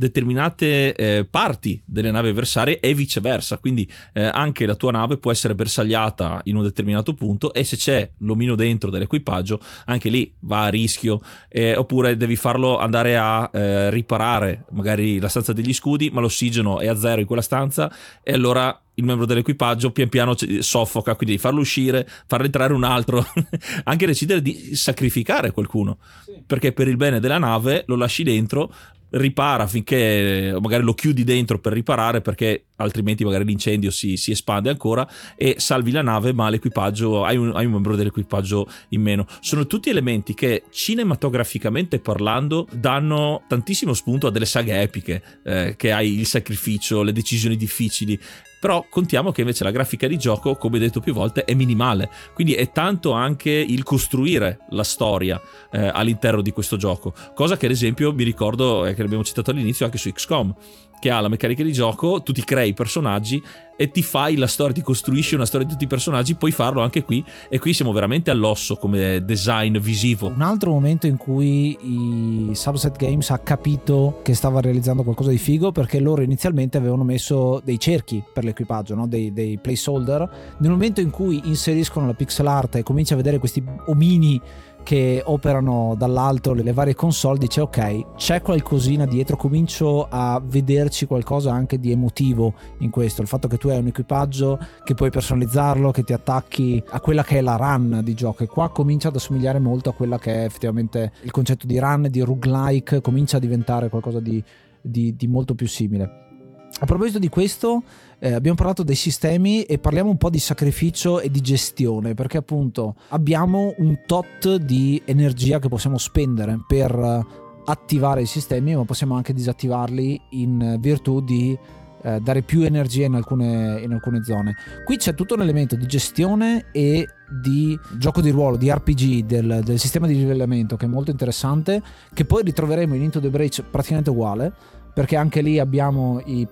Speaker 7: determinate parti delle navi avversarie e viceversa, quindi anche la tua nave può essere bersagliata in un determinato punto e se c'è l'omino dentro dell'equipaggio anche lì va a rischio, oppure devi farlo andare a riparare magari la stanza degli scudi ma l'ossigeno è a zero in quella stanza e allora il membro dell'equipaggio pian piano soffoca, quindi devi farlo uscire, farlo entrare un altro anche decidere di sacrificare qualcuno, perché per il bene della nave lo lasci dentro, ripara finché magari lo chiudi dentro per riparare, perché altrimenti magari l'incendio si espande ancora e salvi la nave ma l'equipaggio hai un membro dell'equipaggio in meno. Sono tutti elementi che cinematograficamente parlando danno tantissimo spunto a delle saghe epiche, che hai il sacrificio, le decisioni difficili. Però contiamo che invece la grafica di gioco, come detto più volte, è minimale, quindi è tanto anche il costruire la storia all'interno di questo gioco, cosa che ad esempio mi ricordo che abbiamo citato all'inizio anche su XCOM, che ha la meccanica di gioco, tu ti crei i personaggi e ti fai la storia, ti costruisci una storia di tutti i personaggi, puoi farlo anche qui, e qui siamo veramente all'osso come design visivo.
Speaker 6: Un altro momento in cui i Subset Games ha capito che stava realizzando qualcosa di figo, perché loro inizialmente avevano messo dei cerchi per l'equipaggio, no? dei placeholder. Nel momento in cui inseriscono la pixel art e cominci a vedere questi omini che operano dall'alto le varie console, dice ok, c'è qualcosina dietro, comincio a vederci qualcosa anche di emotivo in questo, il fatto che tu hai un equipaggio, che puoi personalizzarlo, che ti attacchi a quella che è la run di gioco, e qua comincia ad assomigliare molto a quella che è effettivamente il concetto di run, di roguelike, comincia a diventare qualcosa di molto più simile. A proposito di questo, abbiamo parlato dei sistemi e parliamo un po' di sacrificio e di gestione, perché appunto abbiamo un tot di energia che possiamo spendere per attivare i sistemi, ma possiamo anche disattivarli in virtù di dare più energia in alcune zone. Qui c'è tutto un elemento di gestione e di gioco di ruolo, di RPG, del sistema di livellamento, che è molto interessante, che poi ritroveremo in Into the Breach praticamente uguale, perché anche lì abbiamo i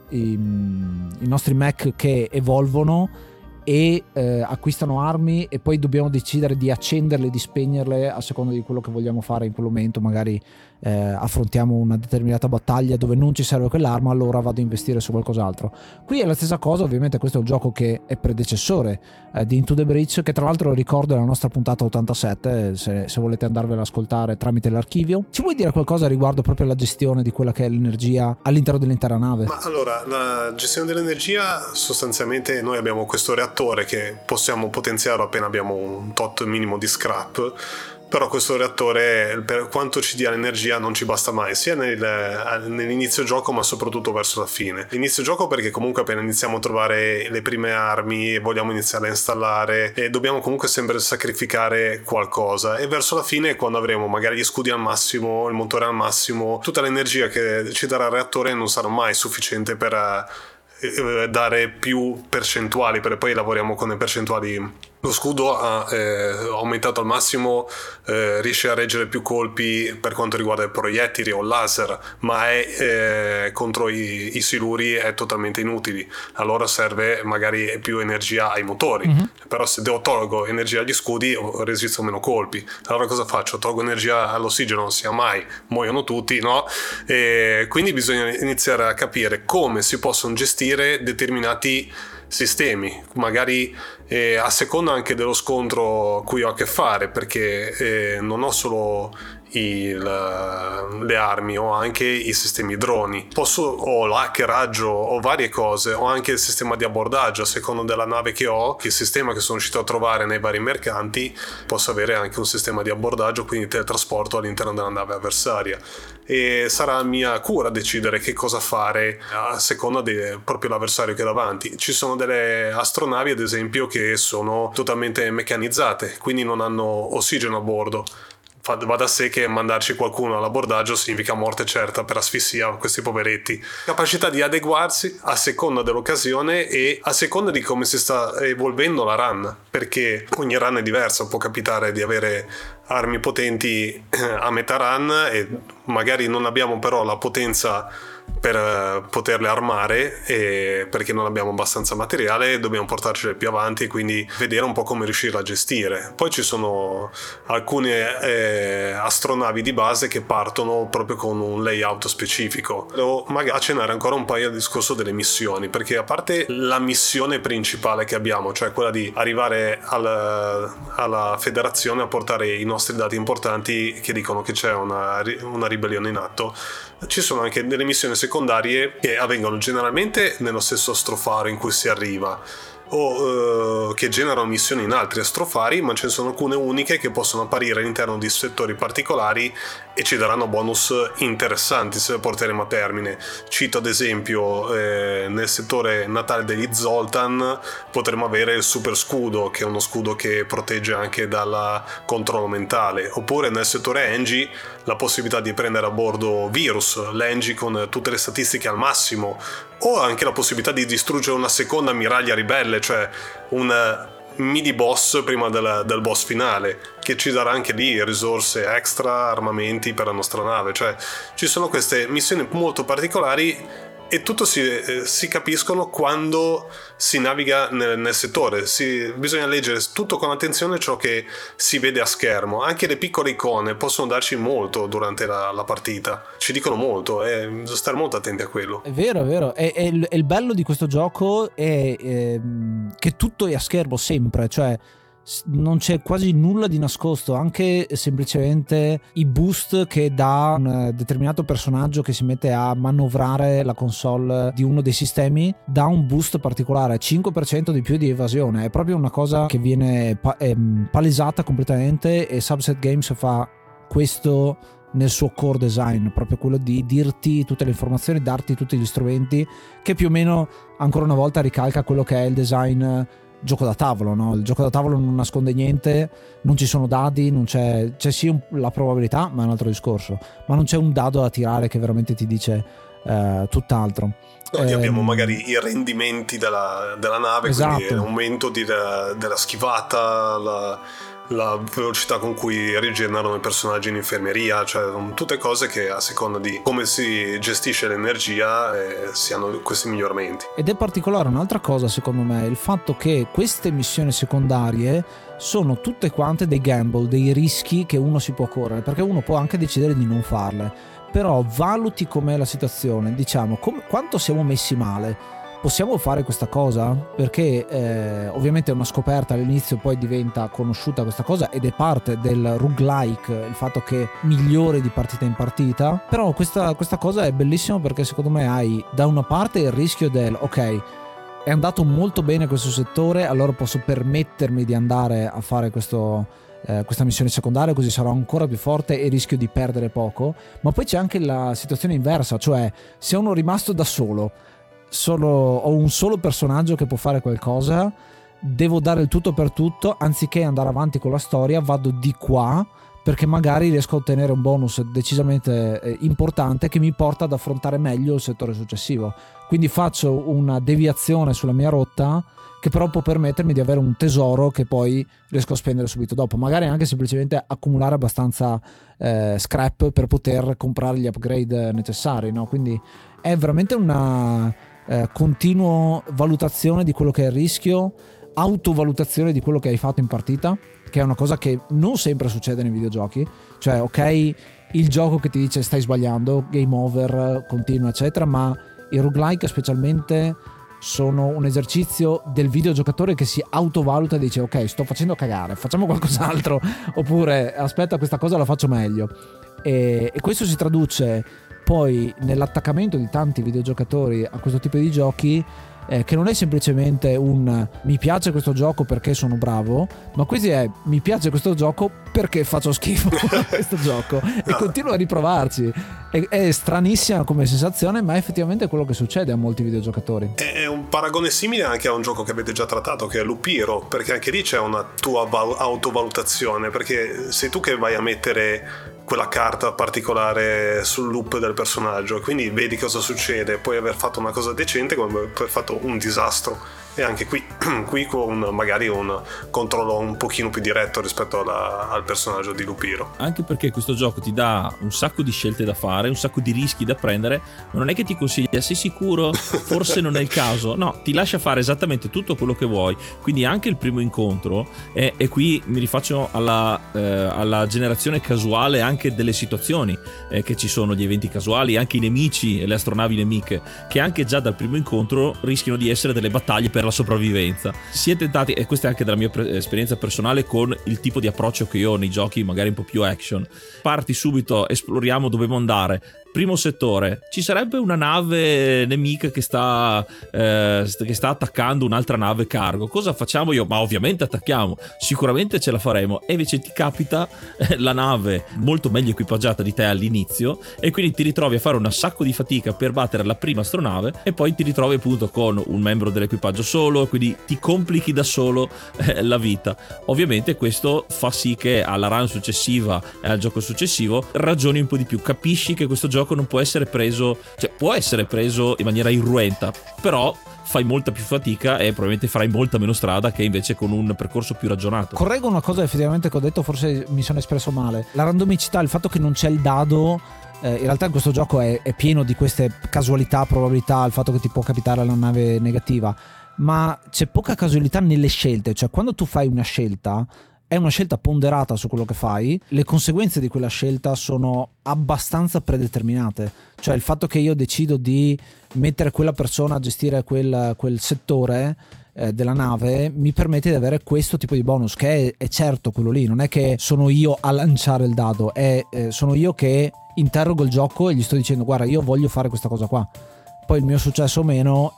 Speaker 6: nostri mech che evolvono e acquistano armi, e poi dobbiamo decidere di accenderle, di spegnerle a seconda di quello che vogliamo fare in quel momento. Magari affrontiamo una determinata battaglia dove non ci serve quell'arma, allora vado a investire su qualcos'altro. Qui è la stessa cosa, ovviamente questo è un gioco che è predecessore di Into the Breach, che tra l'altro ricordo è la nostra puntata 87, se volete andarvela ad ascoltare tramite l'archivio. Ci vuoi dire qualcosa riguardo proprio alla gestione di quella che è l'energia all'interno dell'intera nave?
Speaker 8: Ma allora, la gestione dell'energia, sostanzialmente noi abbiamo questo reattore che possiamo potenziare appena abbiamo un tot minimo di scrap, però questo reattore, per quanto ci dia l'energia, non ci basta mai, sia nell'inizio gioco ma soprattutto verso la fine. L'inizio gioco perché comunque appena iniziamo a trovare le prime armi e vogliamo iniziare a installare, e dobbiamo comunque sempre sacrificare qualcosa, e verso la fine, quando avremo magari gli scudi al massimo, il motore al massimo, tutta l'energia che ci darà il reattore non sarà mai sufficiente per dare più percentuali, perché poi lavoriamo con le percentuali. Lo scudo ha aumentato al massimo, riesce a reggere più colpi per quanto riguarda i proiettili o laser, ma contro i siluri è totalmente inutili. Allora serve magari più energia ai motori, però se tolgo energia agli scudi resisto meno colpi. Allora cosa faccio? Tolgo energia all'ossigeno, non sia mai, muoiono tutti, no? E quindi bisogna iniziare a capire come si possono gestire determinati sistemi, magari a seconda anche dello scontro a cui ho a che fare, perché non ho solo le armi, ho anche i sistemi droni, ho l'hackeraggio, ho varie cose, ho anche il sistema di abbordaggio a seconda della nave che ho, il sistema che sono riuscito a trovare nei vari mercanti. Posso avere anche un sistema di abbordaggio, quindi teletrasporto all'interno della nave avversaria, e sarà mia cura decidere che cosa fare a seconda proprio l'avversario che è davanti. Ci sono delle astronavi ad esempio che sono totalmente meccanizzate, quindi non hanno ossigeno a bordo. Va da sé che mandarci qualcuno all'abbordaggio significa morte certa per asfissia a questi poveretti. Capacità di adeguarsi a seconda dell'occasione e a seconda di come si sta evolvendo la run, perché ogni run è diversa. Può capitare di avere armi potenti a metà run e magari non abbiamo però la potenza per poterle armare, perché non abbiamo abbastanza materiale, dobbiamo portarcele più avanti e quindi vedere un po' come riuscire a gestire. Poi ci sono alcune astronavi di base che partono proprio con un layout specifico. Devo magari accennare ancora un paio al discorso delle missioni, perché a parte la missione principale che abbiamo, cioè quella di arrivare alla federazione a portare i nostri dati importanti che dicono che c'è una ribellione in atto, ci sono anche delle missioni secondarie che avvengono generalmente nello stesso astrofaro in cui si arriva, o che generano missioni in altri astrofari, ma ce ne sono alcune uniche che possono apparire all'interno di settori particolari e ci daranno bonus interessanti se le porteremo a termine. Cito ad esempio nel settore natale degli Zoltan potremo avere il super scudo, che è uno scudo che protegge anche dal controllo mentale, oppure nel settore Engi la possibilità di prendere a bordo Virus, l'Engi con tutte le statistiche al massimo, o anche la possibilità di distruggere una seconda ammiraglia ribelle, cioè un mini boss prima del boss finale, che ci darà anche lì risorse extra, armamenti per la nostra nave. Cioè ci sono queste missioni molto particolari e tutto si capiscono quando si naviga nel settore. Bisogna leggere tutto con attenzione ciò che si vede a schermo. Anche le piccole icone possono darci molto durante la partita, ci dicono molto e bisogna stare molto attenti a quello.
Speaker 6: È vero. E il bello di questo gioco è che tutto è a schermo sempre, cioè non c'è quasi nulla di nascosto, anche semplicemente i boost che dà un determinato personaggio che si mette a manovrare la console di uno dei sistemi, dà un boost particolare, 5% di più di evasione. È proprio una cosa che viene palesata completamente, e Subset Games fa questo nel suo core design, proprio quello di dirti tutte le informazioni, darti tutti gli strumenti, che più o meno ancora una volta ricalca quello che è il design gioco da tavolo, no? Il gioco da tavolo non nasconde niente, non ci sono dadi, non c'è sì la probabilità, ma è un altro discorso, ma non c'è un dado da tirare che veramente ti dice tutt'altro.
Speaker 8: Noi abbiamo magari i rendimenti della nave,
Speaker 6: esatto.
Speaker 8: Quindi l'aumento della schivata, la velocità con cui rigenerano i personaggi in infermeria, cioè tutte cose che a seconda di come si gestisce l'energia si hanno questi miglioramenti.
Speaker 6: Ed è particolare un'altra cosa secondo me, il fatto che queste missioni secondarie sono tutte quante dei gamble, dei rischi che uno si può correre, perché uno può anche decidere di non farle, però valuti com'è la situazione, diciamo quanto siamo messi male. Possiamo fare questa cosa? Perché ovviamente è una scoperta all'inizio, poi diventa conosciuta questa cosa ed è parte del roguelike, il fatto che migliori di partita in partita. Però questa cosa è bellissima, perché secondo me hai da una parte il rischio del ok, è andato molto bene questo settore, allora posso permettermi di andare a fare questo questa missione secondaria, così sarò ancora più forte e rischio di perdere poco. Ma poi c'è anche la situazione inversa, cioè se sono rimasto da solo, ho un solo personaggio che può fare qualcosa, devo dare il tutto per tutto, anziché andare avanti con la storia vado di qua perché magari riesco a ottenere un bonus decisamente importante che mi porta ad affrontare meglio il settore successivo. Quindi faccio una deviazione sulla mia rotta che però può permettermi di avere un tesoro che poi riesco a spendere subito dopo, magari anche semplicemente accumulare abbastanza scrap per poter comprare gli upgrade necessari, no? Quindi è veramente una continua valutazione di quello che è il rischio, autovalutazione di quello che hai fatto in partita, che è una cosa che non sempre succede nei videogiochi. Cioè, ok, il gioco che ti dice stai sbagliando, game over, continua eccetera, ma i roguelike specialmente sono un esercizio del videogiocatore che si autovaluta e dice ok, sto facendo cagare, facciamo qualcos'altro, oppure aspetta, questa cosa la faccio meglio, e questo si traduce poi nell'attaccamento di tanti videogiocatori a questo tipo di giochi, che non è semplicemente un mi piace questo gioco perché sono bravo, ma questi è mi piace questo gioco perché faccio schifo a questo gioco e continuo a riprovarci. È stranissima come sensazione, ma è effettivamente quello che succede a molti videogiocatori.
Speaker 8: È un paragone simile anche a un gioco che avete già trattato, che è Lupiro, perché anche lì c'è una tua autovalutazione, perché sei tu che vai a mettere quella carta particolare sul loop del personaggio, quindi vedi cosa succede, puoi aver fatto una cosa decente come aver fatto un disastro. E anche qui con magari un controllo un pochino più diretto rispetto al personaggio di Lupiro.
Speaker 7: Anche perché questo gioco ti dà un sacco di scelte da fare, un sacco di rischi da prendere, ma non è che ti consiglia sei sicuro, forse non è il caso, no, ti lascia fare esattamente tutto quello che vuoi. Quindi anche il primo incontro, e qui mi rifaccio alla generazione casuale anche delle situazioni che ci sono, gli eventi casuali, anche i nemici e le astronavi nemiche, che anche già dal primo incontro rischiano di essere delle battaglie per la sopravvivenza. Si è tentati, e questa è anche dalla mia esperienza personale con il tipo di approccio che io ho nei giochi magari un po' più action, parti subito, esploriamo, dove andare. Primo settore, ci sarebbe una nave nemica che sta attaccando un'altra nave cargo, cosa facciamo? Io, ma ovviamente attacchiamo, sicuramente ce la faremo. E invece ti capita la nave molto meglio equipaggiata di te all'inizio, e quindi ti ritrovi a fare un sacco di fatica per battere la prima astronave, e poi ti ritrovi appunto con un membro dell'equipaggio solo, quindi ti complichi da solo la vita. Ovviamente questo fa sì che alla run successiva e al gioco successivo ragioni un po' di più, capisci che questo gioco non può essere preso, cioè può essere preso in maniera irruenta, però fai molta più fatica e probabilmente farai molta meno strada che invece con un percorso più ragionato.
Speaker 6: Correggo una cosa effettivamente che ho detto, forse mi sono espresso male. La randomicità, il fatto che non c'è il dado, in realtà in questo gioco è pieno di queste casualità, probabilità, il fatto che ti può capitare la nave negativa, ma c'è poca casualità nelle scelte. Cioè quando tu fai una scelta, è una scelta ponderata su quello che fai, le conseguenze di quella scelta sono abbastanza predeterminate. Cioè il fatto che io decido di mettere quella persona a gestire quel settore della nave mi permette di avere questo tipo di bonus, che è certo quello lì, non è che sono io a lanciare il dado, sono io che interrogo il gioco e gli sto dicendo guarda, io voglio fare questa cosa qua. Poi il mio successo o meno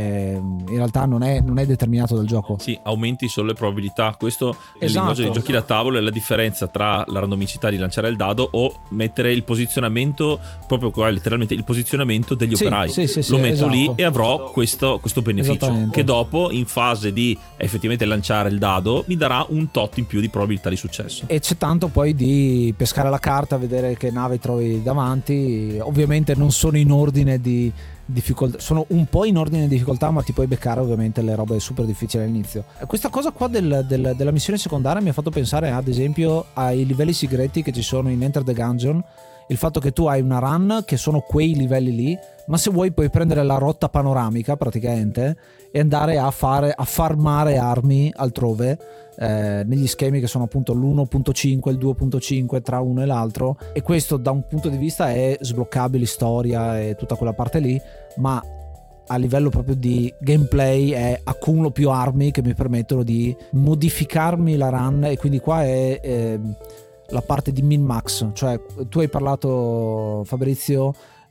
Speaker 6: in realtà non è determinato dal gioco.
Speaker 7: Sì, aumenti solo le probabilità. Questo è il
Speaker 6: Esatto.
Speaker 7: linguaggio dei giochi da tavolo, è la differenza tra la randomicità di lanciare il dado o mettere il posizionamento, proprio qua letteralmente il posizionamento degli operai.
Speaker 6: Sì,
Speaker 7: lo metto
Speaker 6: esatto.
Speaker 7: lì e avrò questo beneficio che dopo, in fase di effettivamente lanciare il dado, mi darà un tot in più di probabilità di successo.
Speaker 6: E c'è tanto poi di pescare la carta, vedere che nave trovi davanti. Ovviamente non sono in ordine di difficoltà, sono un po' in ordine di difficoltà, ma ti puoi beccare ovviamente le robe super difficili all'inizio. Questa cosa qua della missione secondaria mi ha fatto pensare ad esempio ai livelli segreti che ci sono in Enter the Gungeon. Il fatto che tu hai una run che sono quei livelli lì, ma se vuoi puoi prendere la rotta panoramica praticamente e andare a farmare armi altrove, negli schemi che sono appunto l'1.5 il 2.5 tra uno e l'altro, e questo da un punto di vista è sbloccabile, storia e tutta quella parte lì, ma a livello proprio di gameplay è accumulo più armi che mi permettono di modificarmi la run. E quindi qua è la parte di min-max. Cioè tu hai parlato, Fabrizio,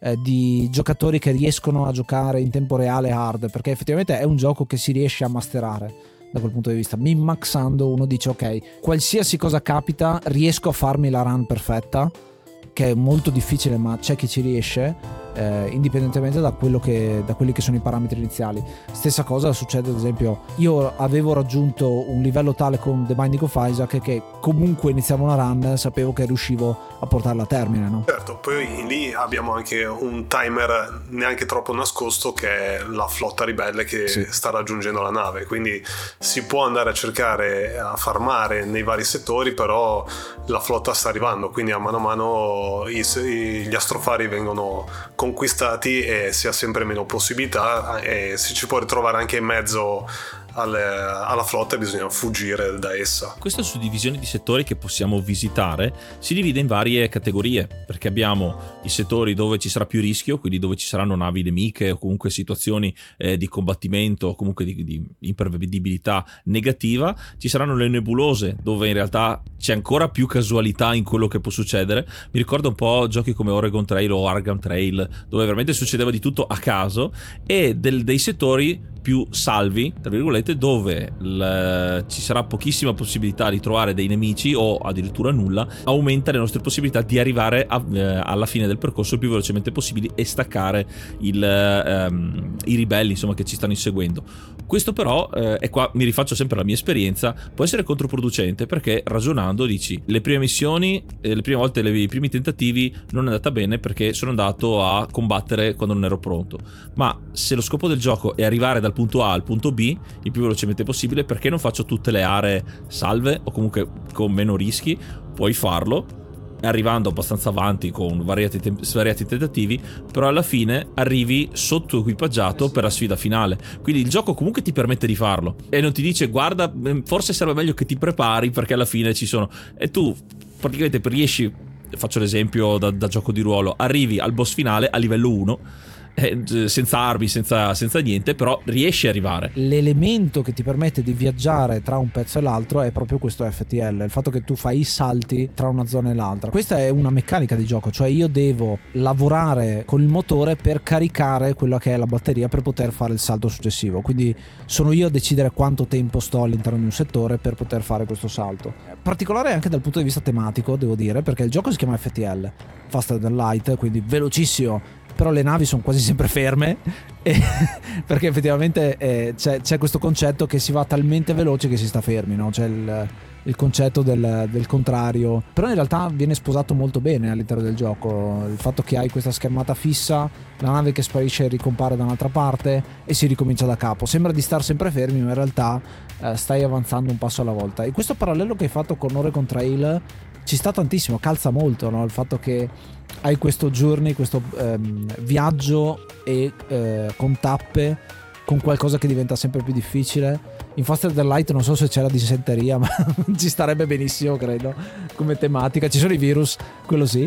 Speaker 6: di giocatori che riescono a giocare in tempo reale hard, perché effettivamente è un gioco che si riesce a masterare, da quel punto di vista. Min-maxando uno dice ok, qualsiasi cosa capita riesco a farmi la run perfetta, che è molto difficile, ma c'è chi ci riesce, indipendentemente da quelli che sono i parametri iniziali. Stessa cosa succede, ad esempio, io avevo raggiunto un livello tale con The Binding of Isaac che comunque iniziavo una run, sapevo che riuscivo a portarla a termine, no?
Speaker 8: Certo, poi lì abbiamo anche un timer neanche troppo nascosto, che è la flotta ribelle che sta raggiungendo la nave, quindi si può andare a cercare a farmare nei vari settori, però la flotta sta arrivando, quindi a mano gli astrofari vengono conquistati e si ha sempre meno possibilità, e si ci può ritrovare anche in mezzo alla flotta e bisogna fuggire da essa.
Speaker 7: Questa suddivisione di settori che possiamo visitare si divide in varie categorie, perché abbiamo i settori dove ci sarà più rischio, quindi dove ci saranno navi nemiche o comunque situazioni di combattimento o comunque di imprevedibilità negativa. Ci saranno le nebulose, dove in realtà c'è ancora più casualità in quello che può succedere. Mi ricordo un po' giochi come Oregon Trail o Arkham Trail, dove veramente succedeva di tutto a caso, e dei settori più salvi, tra virgolette, dove ci sarà pochissima possibilità di trovare dei nemici o addirittura nulla. Aumenta le nostre possibilità di arrivare alla fine del percorso il più velocemente possibile e staccare i ribelli, insomma, che ci stanno inseguendo. Questo però, e qua mi rifaccio sempre alla mia esperienza, può essere controproducente, perché ragionando dici le prime missioni, le prime volte, i primi tentativi non è andata bene perché sono andato a combattere quando non ero pronto. Ma se lo scopo del gioco è arrivare dal punto A al punto B il più velocemente possibile, perché non faccio tutte le aree salve o comunque con meno rischi? Puoi farlo arrivando abbastanza avanti con svariati tentativi, però alla fine arrivi sotto equipaggiato per la sfida finale, quindi il gioco comunque ti permette di farlo e non ti dice guarda, forse serve meglio che ti prepari perché alla fine ci sono, e tu praticamente riesci, faccio l'esempio da gioco di ruolo, arrivi al boss finale a livello 1 senza armi, senza niente, però riesci a arrivare.
Speaker 6: L'elemento che ti permette di viaggiare tra un pezzo e l'altro è proprio questo FTL, il fatto che tu fai i salti tra una zona e l'altra. Questa è una meccanica di gioco, cioè io devo lavorare con il motore per caricare quella che è la batteria per poter fare il salto successivo, quindi sono io a decidere quanto tempo sto all'interno di un settore per poter fare questo salto. Particolare anche dal punto di vista tematico, devo dire, perché il gioco si chiama FTL, Faster Than Light, quindi velocissimo, però le navi sono quasi sempre ferme perché effettivamente c'è questo concetto che si va talmente veloce che si sta fermi, no? C'è il concetto del contrario, però in realtà viene sposato molto bene all'interno del gioco il fatto che hai questa schermata fissa, la nave che sparisce e ricompare da un'altra parte e si ricomincia da capo. Sembra di star sempre fermi, ma in realtà stai avanzando un passo alla volta, e questo parallelo che hai fatto con Oregon Trail ci sta tantissimo, calza molto, no? Il fatto che hai questo journey, questo viaggio e con tappe, con qualcosa che diventa sempre più difficile. In Faster Than Light non so se c'è la dissenteria, ma ci starebbe benissimo, credo, come tematica. Ci sono i virus, quello sì,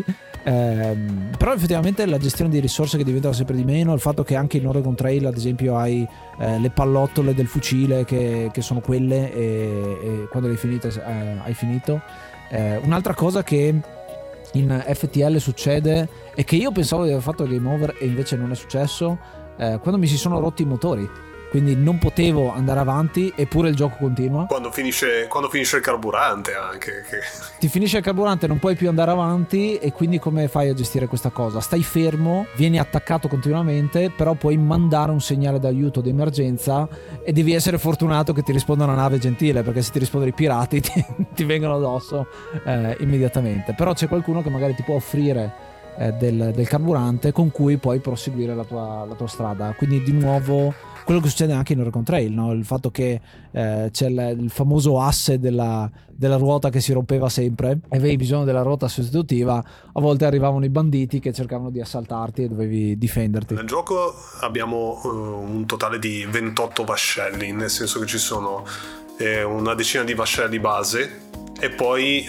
Speaker 6: però effettivamente la gestione di risorse che diventano sempre di meno, il fatto che anche in Oregon Trail ad esempio hai le pallottole del fucile che sono quelle, e quando le hai finite hai finito. Un'altra cosa che in FTL succede e che io pensavo di aver fatto il game over e invece non è successo, quando mi si sono rotti i motori, quindi non potevo andare avanti eppure il gioco continua.
Speaker 8: Quando finisce il carburante anche
Speaker 6: ti finisce il carburante, non puoi più andare avanti, e quindi come fai a gestire questa cosa? Stai fermo, vieni attaccato continuamente, però puoi mandare un segnale d'aiuto d'emergenza e devi essere fortunato che ti risponda una nave gentile, perché se ti rispondono i pirati ti vengono addosso immediatamente. Però c'è qualcuno che magari ti può offrire del carburante con cui puoi proseguire la tua strada. Quindi di nuovo quello che succede anche in Oregon Trail, no? Il fatto che c'è il famoso asse della ruota che si rompeva sempre e avevi bisogno della ruota sostitutiva, a volte arrivavano i banditi che cercavano di assaltarti e dovevi difenderti.
Speaker 8: Nel gioco abbiamo un totale di 28 vascelli, nel senso che ci sono una decina di vascelli base e poi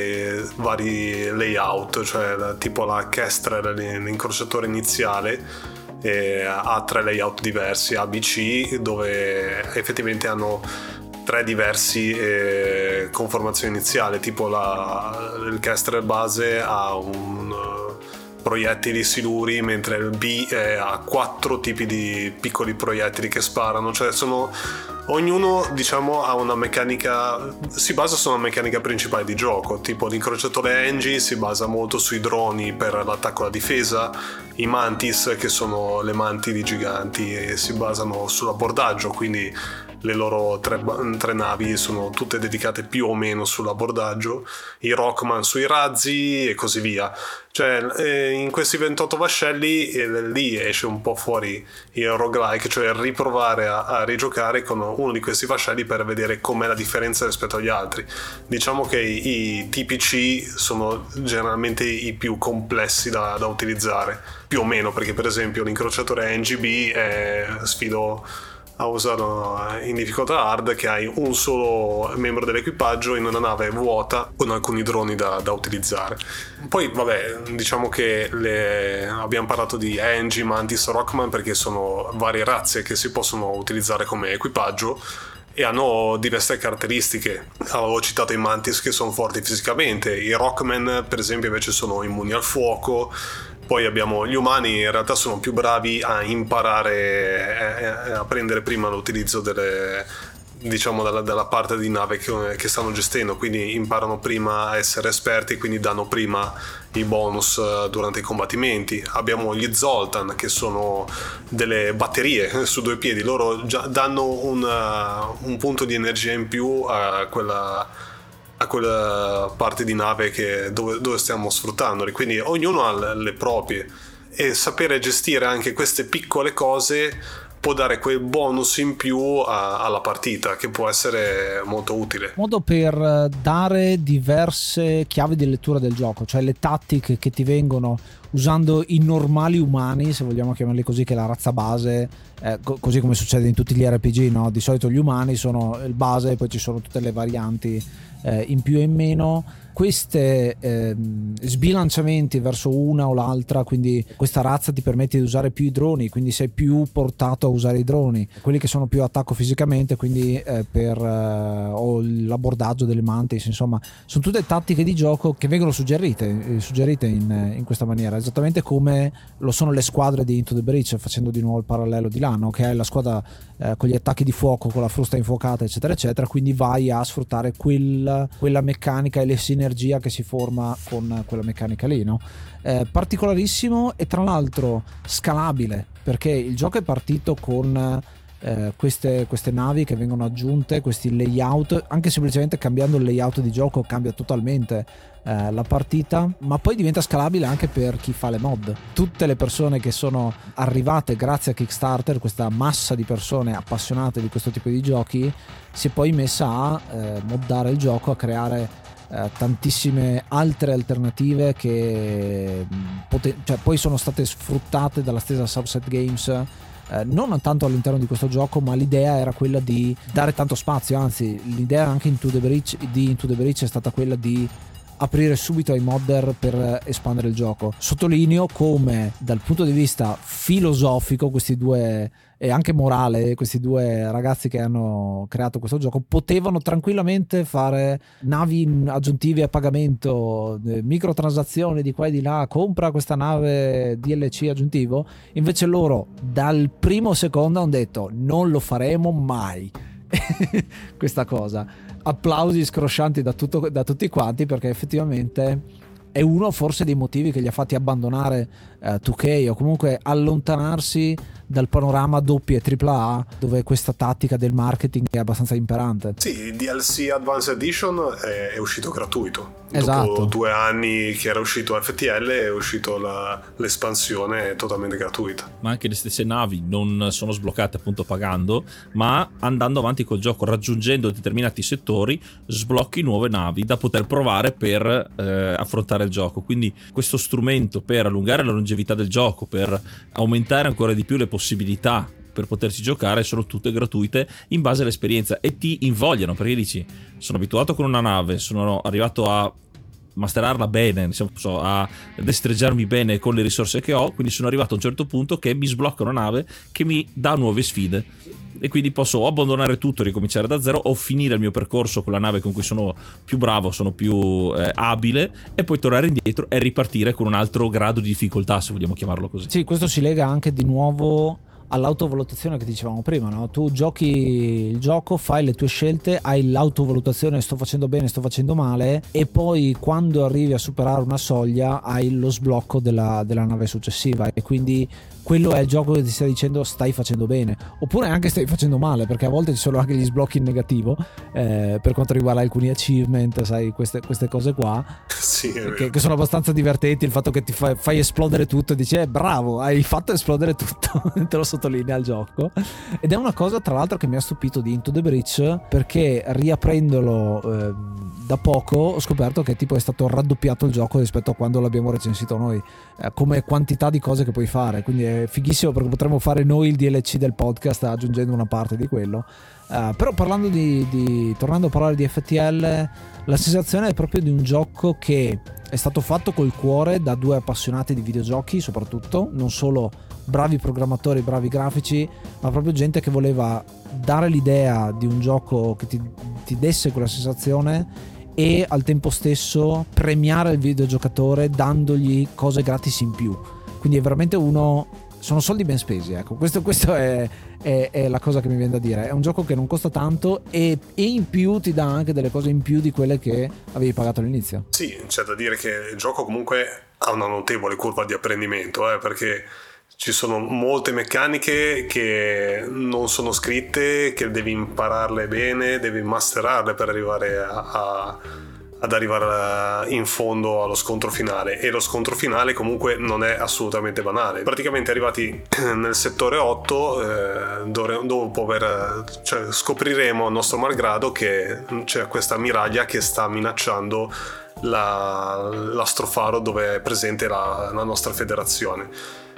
Speaker 8: vari layout, cioè tipo la Kestrel, l'incrociatore iniziale, ha 3 layout diversi, A, B, C, dove effettivamente hanno 3 diversi conformazioni iniziali, tipo il Kestrel base ha proiettili siluri, mentre il B ha 4 tipi di piccoli proiettili che sparano, cioè ognuno diciamo ha una meccanica, si basa su una meccanica principale di gioco, tipo l'incrociatore Engi si basa molto sui droni per l'attacco e la difesa, i Mantis che sono le mantidi giganti e si basano sull'abbordaggio, quindi le loro tre navi sono tutte dedicate più o meno sull'abbordaggio, i Rockman sui razzi e così via. Cioè in questi 28 vascelli lì esce un po' fuori il roguelike, cioè riprovare a rigiocare con uno di questi vascelli per vedere com'è la differenza rispetto agli altri. Diciamo che i tipici sono generalmente i più complessi da utilizzare, più o meno, perché per esempio l'incrociatore NGB sfido a usarlo in difficoltà hard, che hai un solo membro dell'equipaggio in una nave vuota con alcuni droni da utilizzare. Poi vabbè, diciamo che abbiamo parlato di Engi, Mantis, Rockman perché sono varie razze che si possono utilizzare come equipaggio e hanno diverse caratteristiche. Avevo citato i Mantis che sono forti fisicamente, i Rockman per esempio invece sono immuni al fuoco. Poi abbiamo gli umani, in realtà sono più bravi a imparare a prendere prima l'utilizzo dalla parte di nave che stanno gestendo, quindi imparano prima a essere esperti e quindi danno prima i bonus durante i combattimenti. Abbiamo gli Zoltan che sono delle batterie su 2 piedi, loro già danno un punto di energia in più a quella parte di nave dove stiamo sfruttandoli, quindi ognuno ha le proprie, e sapere gestire anche queste piccole cose può dare quel bonus in più alla partita, che può essere molto utile.
Speaker 6: Modo per dare diverse chiavi di lettura del gioco, cioè le tattiche che ti vengono usando i normali umani, se vogliamo chiamarli così, che è la razza base, così come succede in tutti gli RPG, no? Di solito gli umani sono il base e poi ci sono tutte le varianti in più e in meno. Questi sbilanciamenti verso una o l'altra, quindi questa razza ti permette di usare più i droni, quindi sei più portato a usare i droni, quelli che sono più attacco fisicamente, quindi o l'abbordaggio delle mantis, insomma sono tutte tattiche di gioco che vengono suggerite in questa maniera, esattamente come lo sono le squadre di Into the Breach, facendo di nuovo il parallelo di là, no? Che è la squadra con gli attacchi di fuoco, con la frusta infuocata eccetera eccetera, quindi vai a sfruttare quella meccanica e le sinergie che si forma con quella meccanica lì, no? Particolarissimo e tra l'altro scalabile, perché il gioco è partito con queste navi che vengono aggiunte, questi layout, anche semplicemente cambiando il layout di gioco cambia totalmente la partita, ma poi diventa scalabile anche per chi fa le mod. Tutte le persone che sono arrivate grazie a Kickstarter, questa massa di persone appassionate di questo tipo di giochi, si è poi messa a moddare il gioco, a creare tantissime altre alternative che poi sono state sfruttate dalla stessa Subset Games, non tanto all'interno di questo gioco, ma l'idea era quella di dare tanto spazio, anzi l'idea anche di Into the Breach è stata quella di aprire subito ai modder per espandere il gioco. Sottolineo come dal punto di vista filosofico questi due, e anche morale, questi due ragazzi che hanno creato questo gioco potevano tranquillamente fare navi aggiuntive a pagamento, microtransazioni di qua e di là, compra questa nave DLC aggiuntivo, invece loro dal primo secondo hanno detto non lo faremo mai. Questa cosa, applausi scroscianti da tutti quanti, perché effettivamente è uno forse dei motivi che li ha fatti abbandonare 2K o comunque allontanarsi dal panorama doppie AAA, dove questa tattica del marketing è abbastanza imperante.
Speaker 8: Sì, il DLC Advanced Edition è uscito gratuito.
Speaker 6: Esatto.
Speaker 8: Dopo 2 anni che era uscito FTL è uscito l'espansione totalmente gratuita.
Speaker 7: Ma anche le stesse navi non sono sbloccate appunto pagando, ma andando avanti col gioco, raggiungendo determinati settori, sblocchi nuove navi da poter provare per affrontare il gioco. Quindi questo strumento per allungare la longevità del gioco, per aumentare ancora di più le possibilità per poterci giocare, sono tutte gratuite in base all'esperienza e ti invogliano, perché dici sono abituato con una nave, sono arrivato a masterarla bene, a destreggiarmi bene con le risorse che ho, quindi sono arrivato a un certo punto che mi sblocca una nave che mi dà nuove sfide e quindi posso o abbandonare tutto e ricominciare da zero, o finire il mio percorso con la nave con cui sono più bravo, sono più abile, e poi tornare indietro e ripartire con un altro grado di difficoltà, se vogliamo chiamarlo così.
Speaker 6: Sì, questo si lega anche di nuovo all'autovalutazione che dicevamo prima, no? Tu giochi il gioco, fai le tue scelte, hai l'autovalutazione, sto facendo bene, sto facendo male, e poi quando arrivi a superare una soglia hai lo sblocco della nave successiva, e quindi quello è il gioco che ti sta dicendo stai facendo bene, oppure anche stai facendo male, perché a volte ci sono anche gli sblocchi in negativo per quanto riguarda alcuni achievement, sai, queste cose qua.
Speaker 8: Sì,
Speaker 6: che sono abbastanza divertenti, il fatto che ti fai esplodere tutto e dici bravo, hai fatto esplodere tutto te lo sottolinea il gioco. Ed è una cosa tra l'altro che mi ha stupito di Into the Breach, perché riaprendolo da poco ho scoperto che tipo è stato raddoppiato il gioco rispetto a quando l'abbiamo recensito noi, come quantità di cose che puoi fare, quindi è fighissimo, perché potremmo fare noi il DLC del podcast aggiungendo una parte di quello. Però parlando tornando a parlare di FTL, la sensazione è proprio di un gioco che è stato fatto col cuore da due appassionati di videogiochi, soprattutto, non solo bravi programmatori, bravi grafici, ma proprio gente che voleva dare l'idea di un gioco che ti desse quella sensazione e al tempo stesso premiare il videogiocatore dandogli cose gratis in più. Quindi è veramente sono soldi ben spesi, ecco, questo è la cosa che mi viene da dire. È un gioco che non costa tanto e in più ti dà anche delle cose in più di quelle che avevi pagato all'inizio.
Speaker 8: Sì, c'è da dire che il gioco comunque ha una notevole curva di apprendimento, perché ci sono molte meccaniche che non sono scritte, che devi impararle bene, devi masterarle per arrivare ad arrivare in fondo allo scontro finale, e lo scontro finale comunque non è assolutamente banale. Praticamente arrivati nel settore 8 scopriremo a nostro malgrado che c'è questa ammiraglia che sta minacciando l'astrofaro dove è presente la nostra federazione,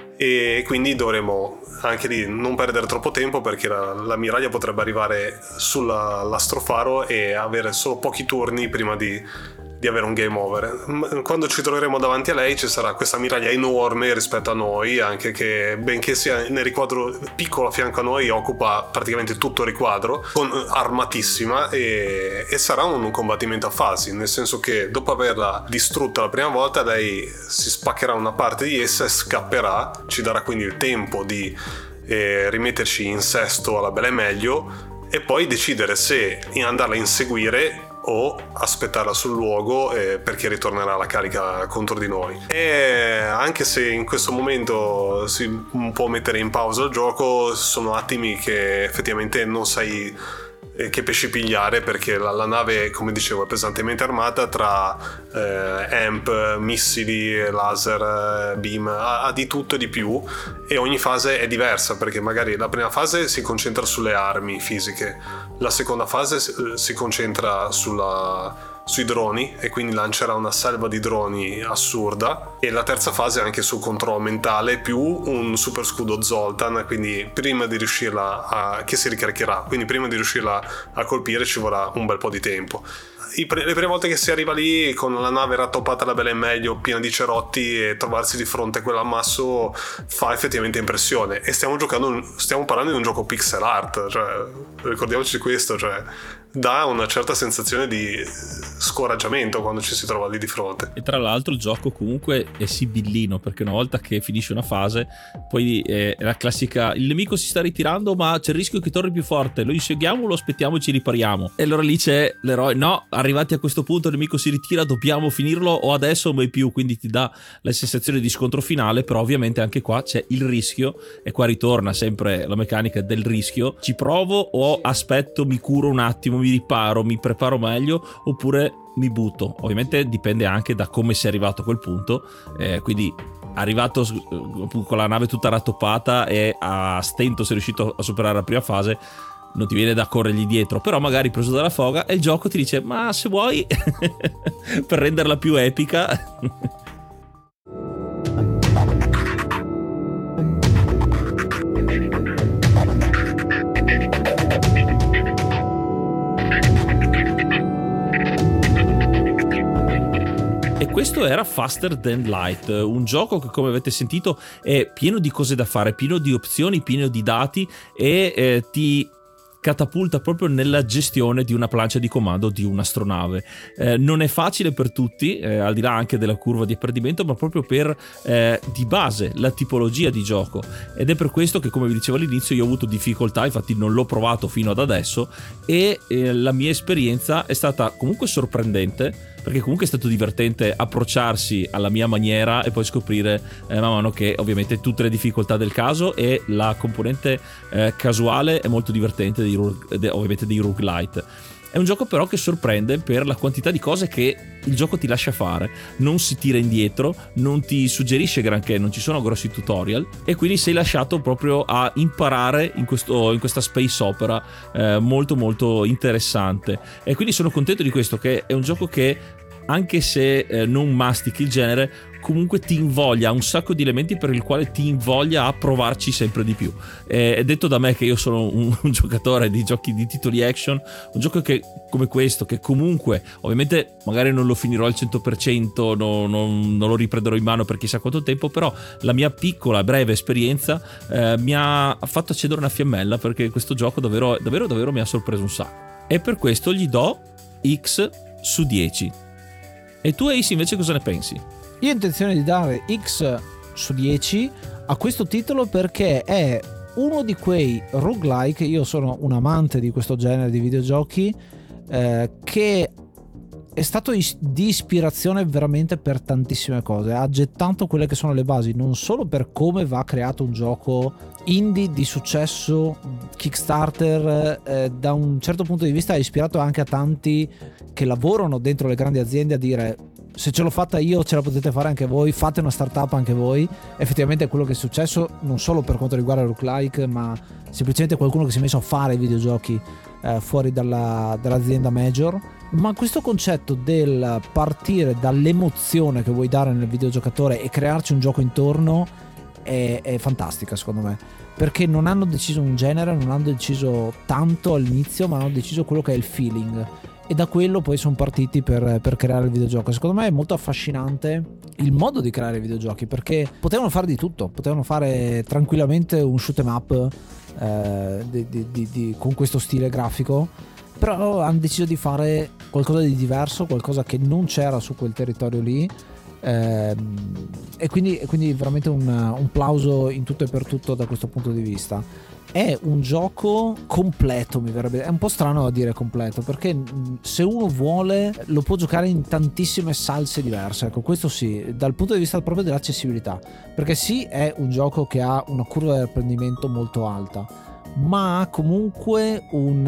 Speaker 8: e quindi dovremo anche lì non perdere troppo tempo, perché l'ammiraglia potrebbe arrivare sull'astrofaro e avere solo pochi turni prima di avere un game over. Quando ci troveremo davanti a lei ci sarà questa ammiraglia enorme rispetto a noi, anche che benché sia nel riquadro piccolo a fianco a noi occupa praticamente tutto il riquadro, armatissima, e sarà un combattimento a fasi, nel senso che dopo averla distrutta la prima volta lei si spaccherà una parte di essa e scapperà, ci darà quindi il tempo di rimetterci in sesto alla bella e meglio, e poi decidere se andarla a inseguire o aspettarla sul luogo perché ritornerà la carica contro di noi. E anche se in questo momento si può mettere in pausa il gioco, sono attimi che effettivamente non sai che pesci pigliare, perché la nave, come dicevo, è pesantemente armata tra amp, missili, laser, beam, ha di tutto e di più, e ogni fase è diversa, perché magari la prima fase si concentra sulle armi fisiche, la seconda fase si concentra sui droni e quindi lancerà una salva di droni assurda, e la terza fase anche sul controllo mentale più un super scudo Zoltan, quindi prima di riuscirla che si ricaricherà, quindi prima di riuscirla a colpire ci vorrà un bel po' di tempo. Le prime volte che si arriva lì con la nave rattoppata alla bella e meglio, piena di cerotti, e trovarsi di fronte a quell'ammasso fa effettivamente impressione. E stiamo parlando di un gioco pixel art, cioè ricordiamoci questo, cioè dà una certa sensazione di scoraggiamento quando ci si trova lì di fronte.
Speaker 7: E tra l'altro il gioco comunque è sibillino, perché una volta che finisce una fase poi è la classica: il nemico si sta ritirando ma c'è il rischio che torni più forte, lo inseguiamo, lo aspettiamo e ci ripariamo. E allora lì c'è l'eroe: no, arrivati a questo punto il nemico si ritira, dobbiamo finirlo o adesso o mai più, quindi ti dà la sensazione di scontro finale. Però ovviamente anche qua c'è il rischio, e qua ritorna sempre la meccanica del rischio: ci provo o aspetto, mi curo un attimo, mi riparo, mi preparo meglio, oppure mi butto. Ovviamente dipende anche da come sei arrivato a quel punto, quindi arrivato con la nave tutta rattoppata e a stento sei riuscito a superare la prima fase, non ti viene da corrergli dietro, però magari preso dalla foga e il gioco ti dice: ma se vuoi per renderla più epica questo era Faster Than Light, un gioco che, come avete sentito, è pieno di cose da fare, pieno di opzioni, pieno di dati, e ti catapulta proprio nella gestione di una plancia di comando di un'astronave. Non è facile per tutti, al di là anche della curva di apprendimento, ma proprio per di base la tipologia di gioco, ed è per questo che, come vi dicevo all'inizio, io ho avuto difficoltà, infatti non l'ho provato fino ad adesso, e la mia esperienza è stata comunque sorprendente, perché comunque è stato divertente approcciarsi alla mia maniera e poi scoprire man mano che ovviamente tutte le difficoltà del caso, e la componente casuale è molto divertente ovviamente dei roguelite. È un gioco però che sorprende per la quantità di cose che il gioco ti lascia fare, non si tira indietro, non ti suggerisce granché, non ci sono grossi tutorial, e quindi sei lasciato proprio a imparare in questa space opera molto molto interessante. E quindi sono contento di questo, che è un gioco che, anche se non mastichi il genere, comunque ti invoglia, ha un sacco di elementi per il quale ti invoglia a provarci sempre di più. È detto da me, che io sono un giocatore di giochi di titoli action, un gioco che, come questo, che comunque ovviamente magari non lo finirò al 100%, non lo riprenderò in mano per chissà quanto tempo, però la mia piccola breve esperienza mi ha fatto accendere una fiammella, perché questo gioco davvero mi ha sorpreso un sacco, e per questo gli do X su 10. E tu, Ace, invece cosa ne pensi?
Speaker 6: Io ho intenzione di dare X su 10 a questo titolo, perché è uno di quei roguelike, io sono un amante di questo genere di videogiochi, che è stato di ispirazione veramente per tantissime cose, ha gettato quelle che sono le basi non solo per come va creato un gioco indie di successo, Kickstarter, da un certo punto di vista ha ispirato anche a tanti che lavorano dentro le grandi aziende a dire: se ce l'ho fatta io, ce la potete fare anche voi, fate una startup anche voi. Effettivamente è quello che è successo, non solo per quanto riguarda il roguelike, ma semplicemente qualcuno che si è messo a fare i videogiochi fuori dall'azienda major. Ma questo concetto del partire dall'emozione che vuoi dare nel videogiocatore e crearci un gioco intorno è fantastica, secondo me, perché non hanno deciso un genere, non hanno deciso tanto all'inizio, ma hanno deciso quello che è il feeling, e da quello poi sono partiti per creare il videogioco. Secondo me è molto affascinante il modo di creare i videogiochi, perché potevano fare di tutto, potevano fare tranquillamente un shoot 'em up con questo stile grafico, però hanno deciso di fare qualcosa di diverso, qualcosa che non c'era su quel territorio lì, e quindi veramente un plauso in tutto e per tutto da questo punto di vista. È un gioco completo, mi verrebbe, è un po' strano a dire completo, perché se uno vuole lo può giocare in tantissime salse diverse, ecco, questo sì, dal punto di vista proprio dell'accessibilità, perché sì, è un gioco che ha una curva di apprendimento molto alta, ma ha comunque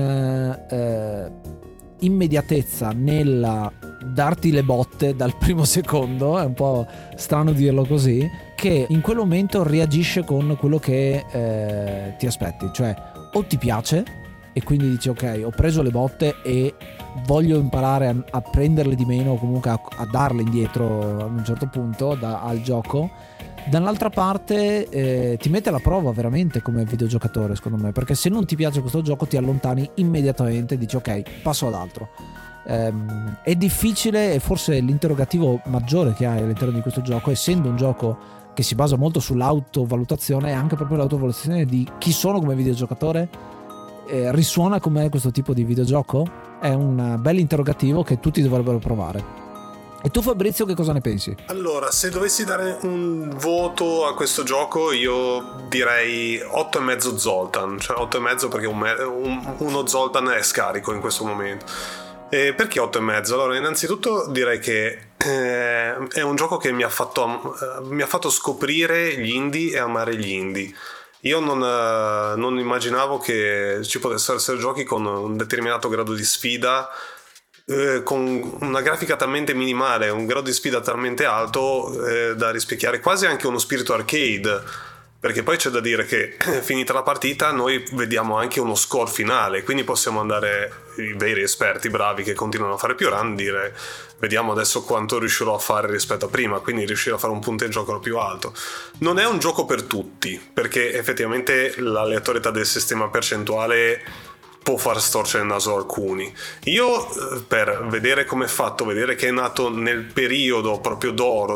Speaker 6: immediatezza nella darti le botte dal primo secondo, è un po' strano dirlo così, che in quel momento reagisce con quello che ti aspetti, cioè o ti piace e quindi dici ok, ho preso le botte e voglio imparare a prenderle di meno, o comunque a darle indietro a un certo punto al gioco. Dall'altra parte ti mette alla prova veramente come videogiocatore, secondo me, perché se non ti piace questo gioco ti allontani immediatamente e dici ok, passo ad altro. È difficile, e forse l'interrogativo maggiore che hai all'interno di questo gioco, essendo un gioco che si basa molto sull'autovalutazione, e anche proprio l'autovalutazione di chi sono come videogiocatore, risuona con me questo tipo di videogioco? È un bel interrogativo che tutti dovrebbero provare. E tu, Fabrizio, che cosa ne pensi?
Speaker 8: Allora, se dovessi dare un voto a questo gioco, io direi 8,5 Zoltan, cioè 8,5 perché uno Zoltan è scarico in questo momento. Perché 8,5? Allora, innanzitutto direi che è un gioco che mi ha fatto scoprire gli indie e amare gli indie. Io non immaginavo che ci potessero essere giochi con un determinato grado di sfida, con una grafica talmente minimale, un grado di sfida talmente alto da rispecchiare quasi anche uno spirito arcade, perché poi c'è da dire che finita la partita noi vediamo anche uno score finale, quindi possiamo andare, i veri esperti bravi che continuano a fare più run, dire vediamo adesso quanto riuscirò a fare rispetto a prima, quindi riuscire a fare un punteggio ancora più alto. Non è un gioco per tutti, perché effettivamente l'aleatorietà del sistema percentuale può far storcere il naso a alcuni. Io, per vedere come è fatto, vedere che è nato nel periodo proprio d'oro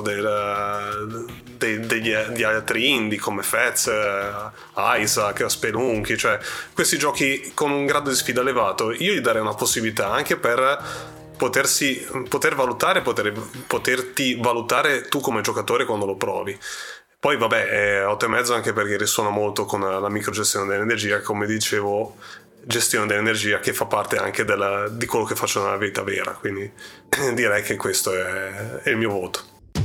Speaker 8: degli altri indie come Fez, Isaac, Spelunky, cioè questi giochi con un grado di sfida elevato, io gli darei una possibilità anche per poter valutare, poterti valutare tu come giocatore quando lo provi. Poi vabbè, è 8,5 anche perché risuona molto con la microgestione dell'energia, come dicevo, gestione dell'energia che fa parte anche di quello che faccio nella vita vera, quindi direi che questo è il mio voto.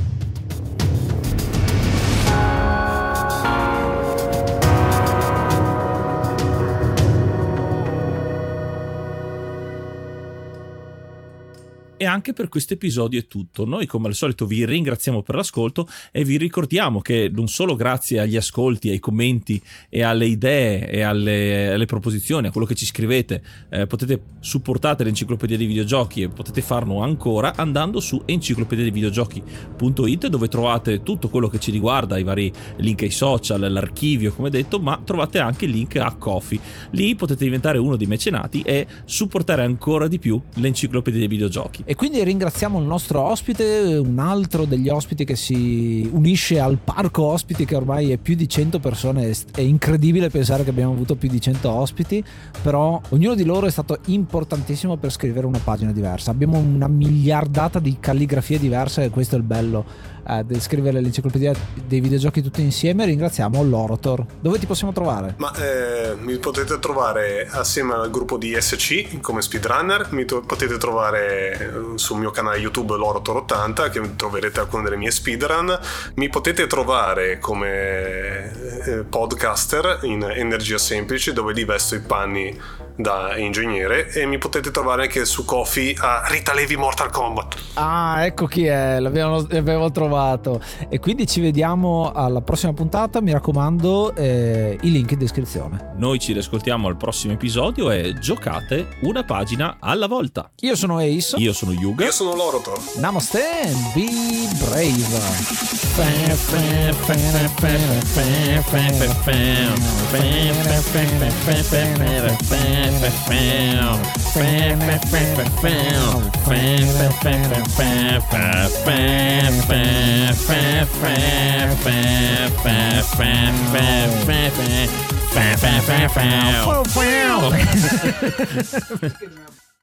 Speaker 7: E anche per questo episodio è tutto. Noi come al solito vi ringraziamo per l'ascolto e vi ricordiamo che non solo grazie agli ascolti, ai commenti e alle idee e alle proposizioni, a quello che ci scrivete, potete supportare l'Enciclopedia dei Videogiochi, e potete farlo ancora andando su enciclopediadeivideogiochi.it, dove trovate tutto quello che ci riguarda, i vari link ai social, l'archivio come detto, ma trovate anche il link a Ko-fi. Lì potete diventare uno dei mecenati e supportare ancora di più l'Enciclopedia dei Videogiochi.
Speaker 6: E quindi ringraziamo il nostro ospite, un altro degli ospiti che si unisce al parco ospiti che ormai è più di 100 persone. È incredibile pensare che abbiamo avuto più di 100 ospiti, però ognuno di loro è stato importantissimo per scrivere una pagina diversa. Abbiamo una miliardata di calligrafie diverse e questo è il bello di scrivere l'Enciclopedia dei Videogiochi tutti insieme. Ringraziamo Lorotor. Dove ti possiamo trovare?
Speaker 8: Mi potete trovare assieme al gruppo di SC come speedrunner, potete trovare sul mio canale YouTube Lorotor80, che troverete alcune delle mie speedrun. Mi potete trovare come podcaster in Energia Semplice, dove lì vesto i panni da ingegnere, e mi potete trovare anche su Ko-fi a Rita Levi Mortal Kombat.
Speaker 6: Ah, ecco chi è, l'abbiamo trovato. E quindi ci vediamo alla prossima puntata, mi raccomando, i link in descrizione.
Speaker 7: Noi ci riascoltiamo al prossimo episodio e giocate una pagina alla volta.
Speaker 6: Io sono Ace.
Speaker 7: Io sono Yuga.
Speaker 8: Io sono Lorotor.
Speaker 6: Namaste and be brave.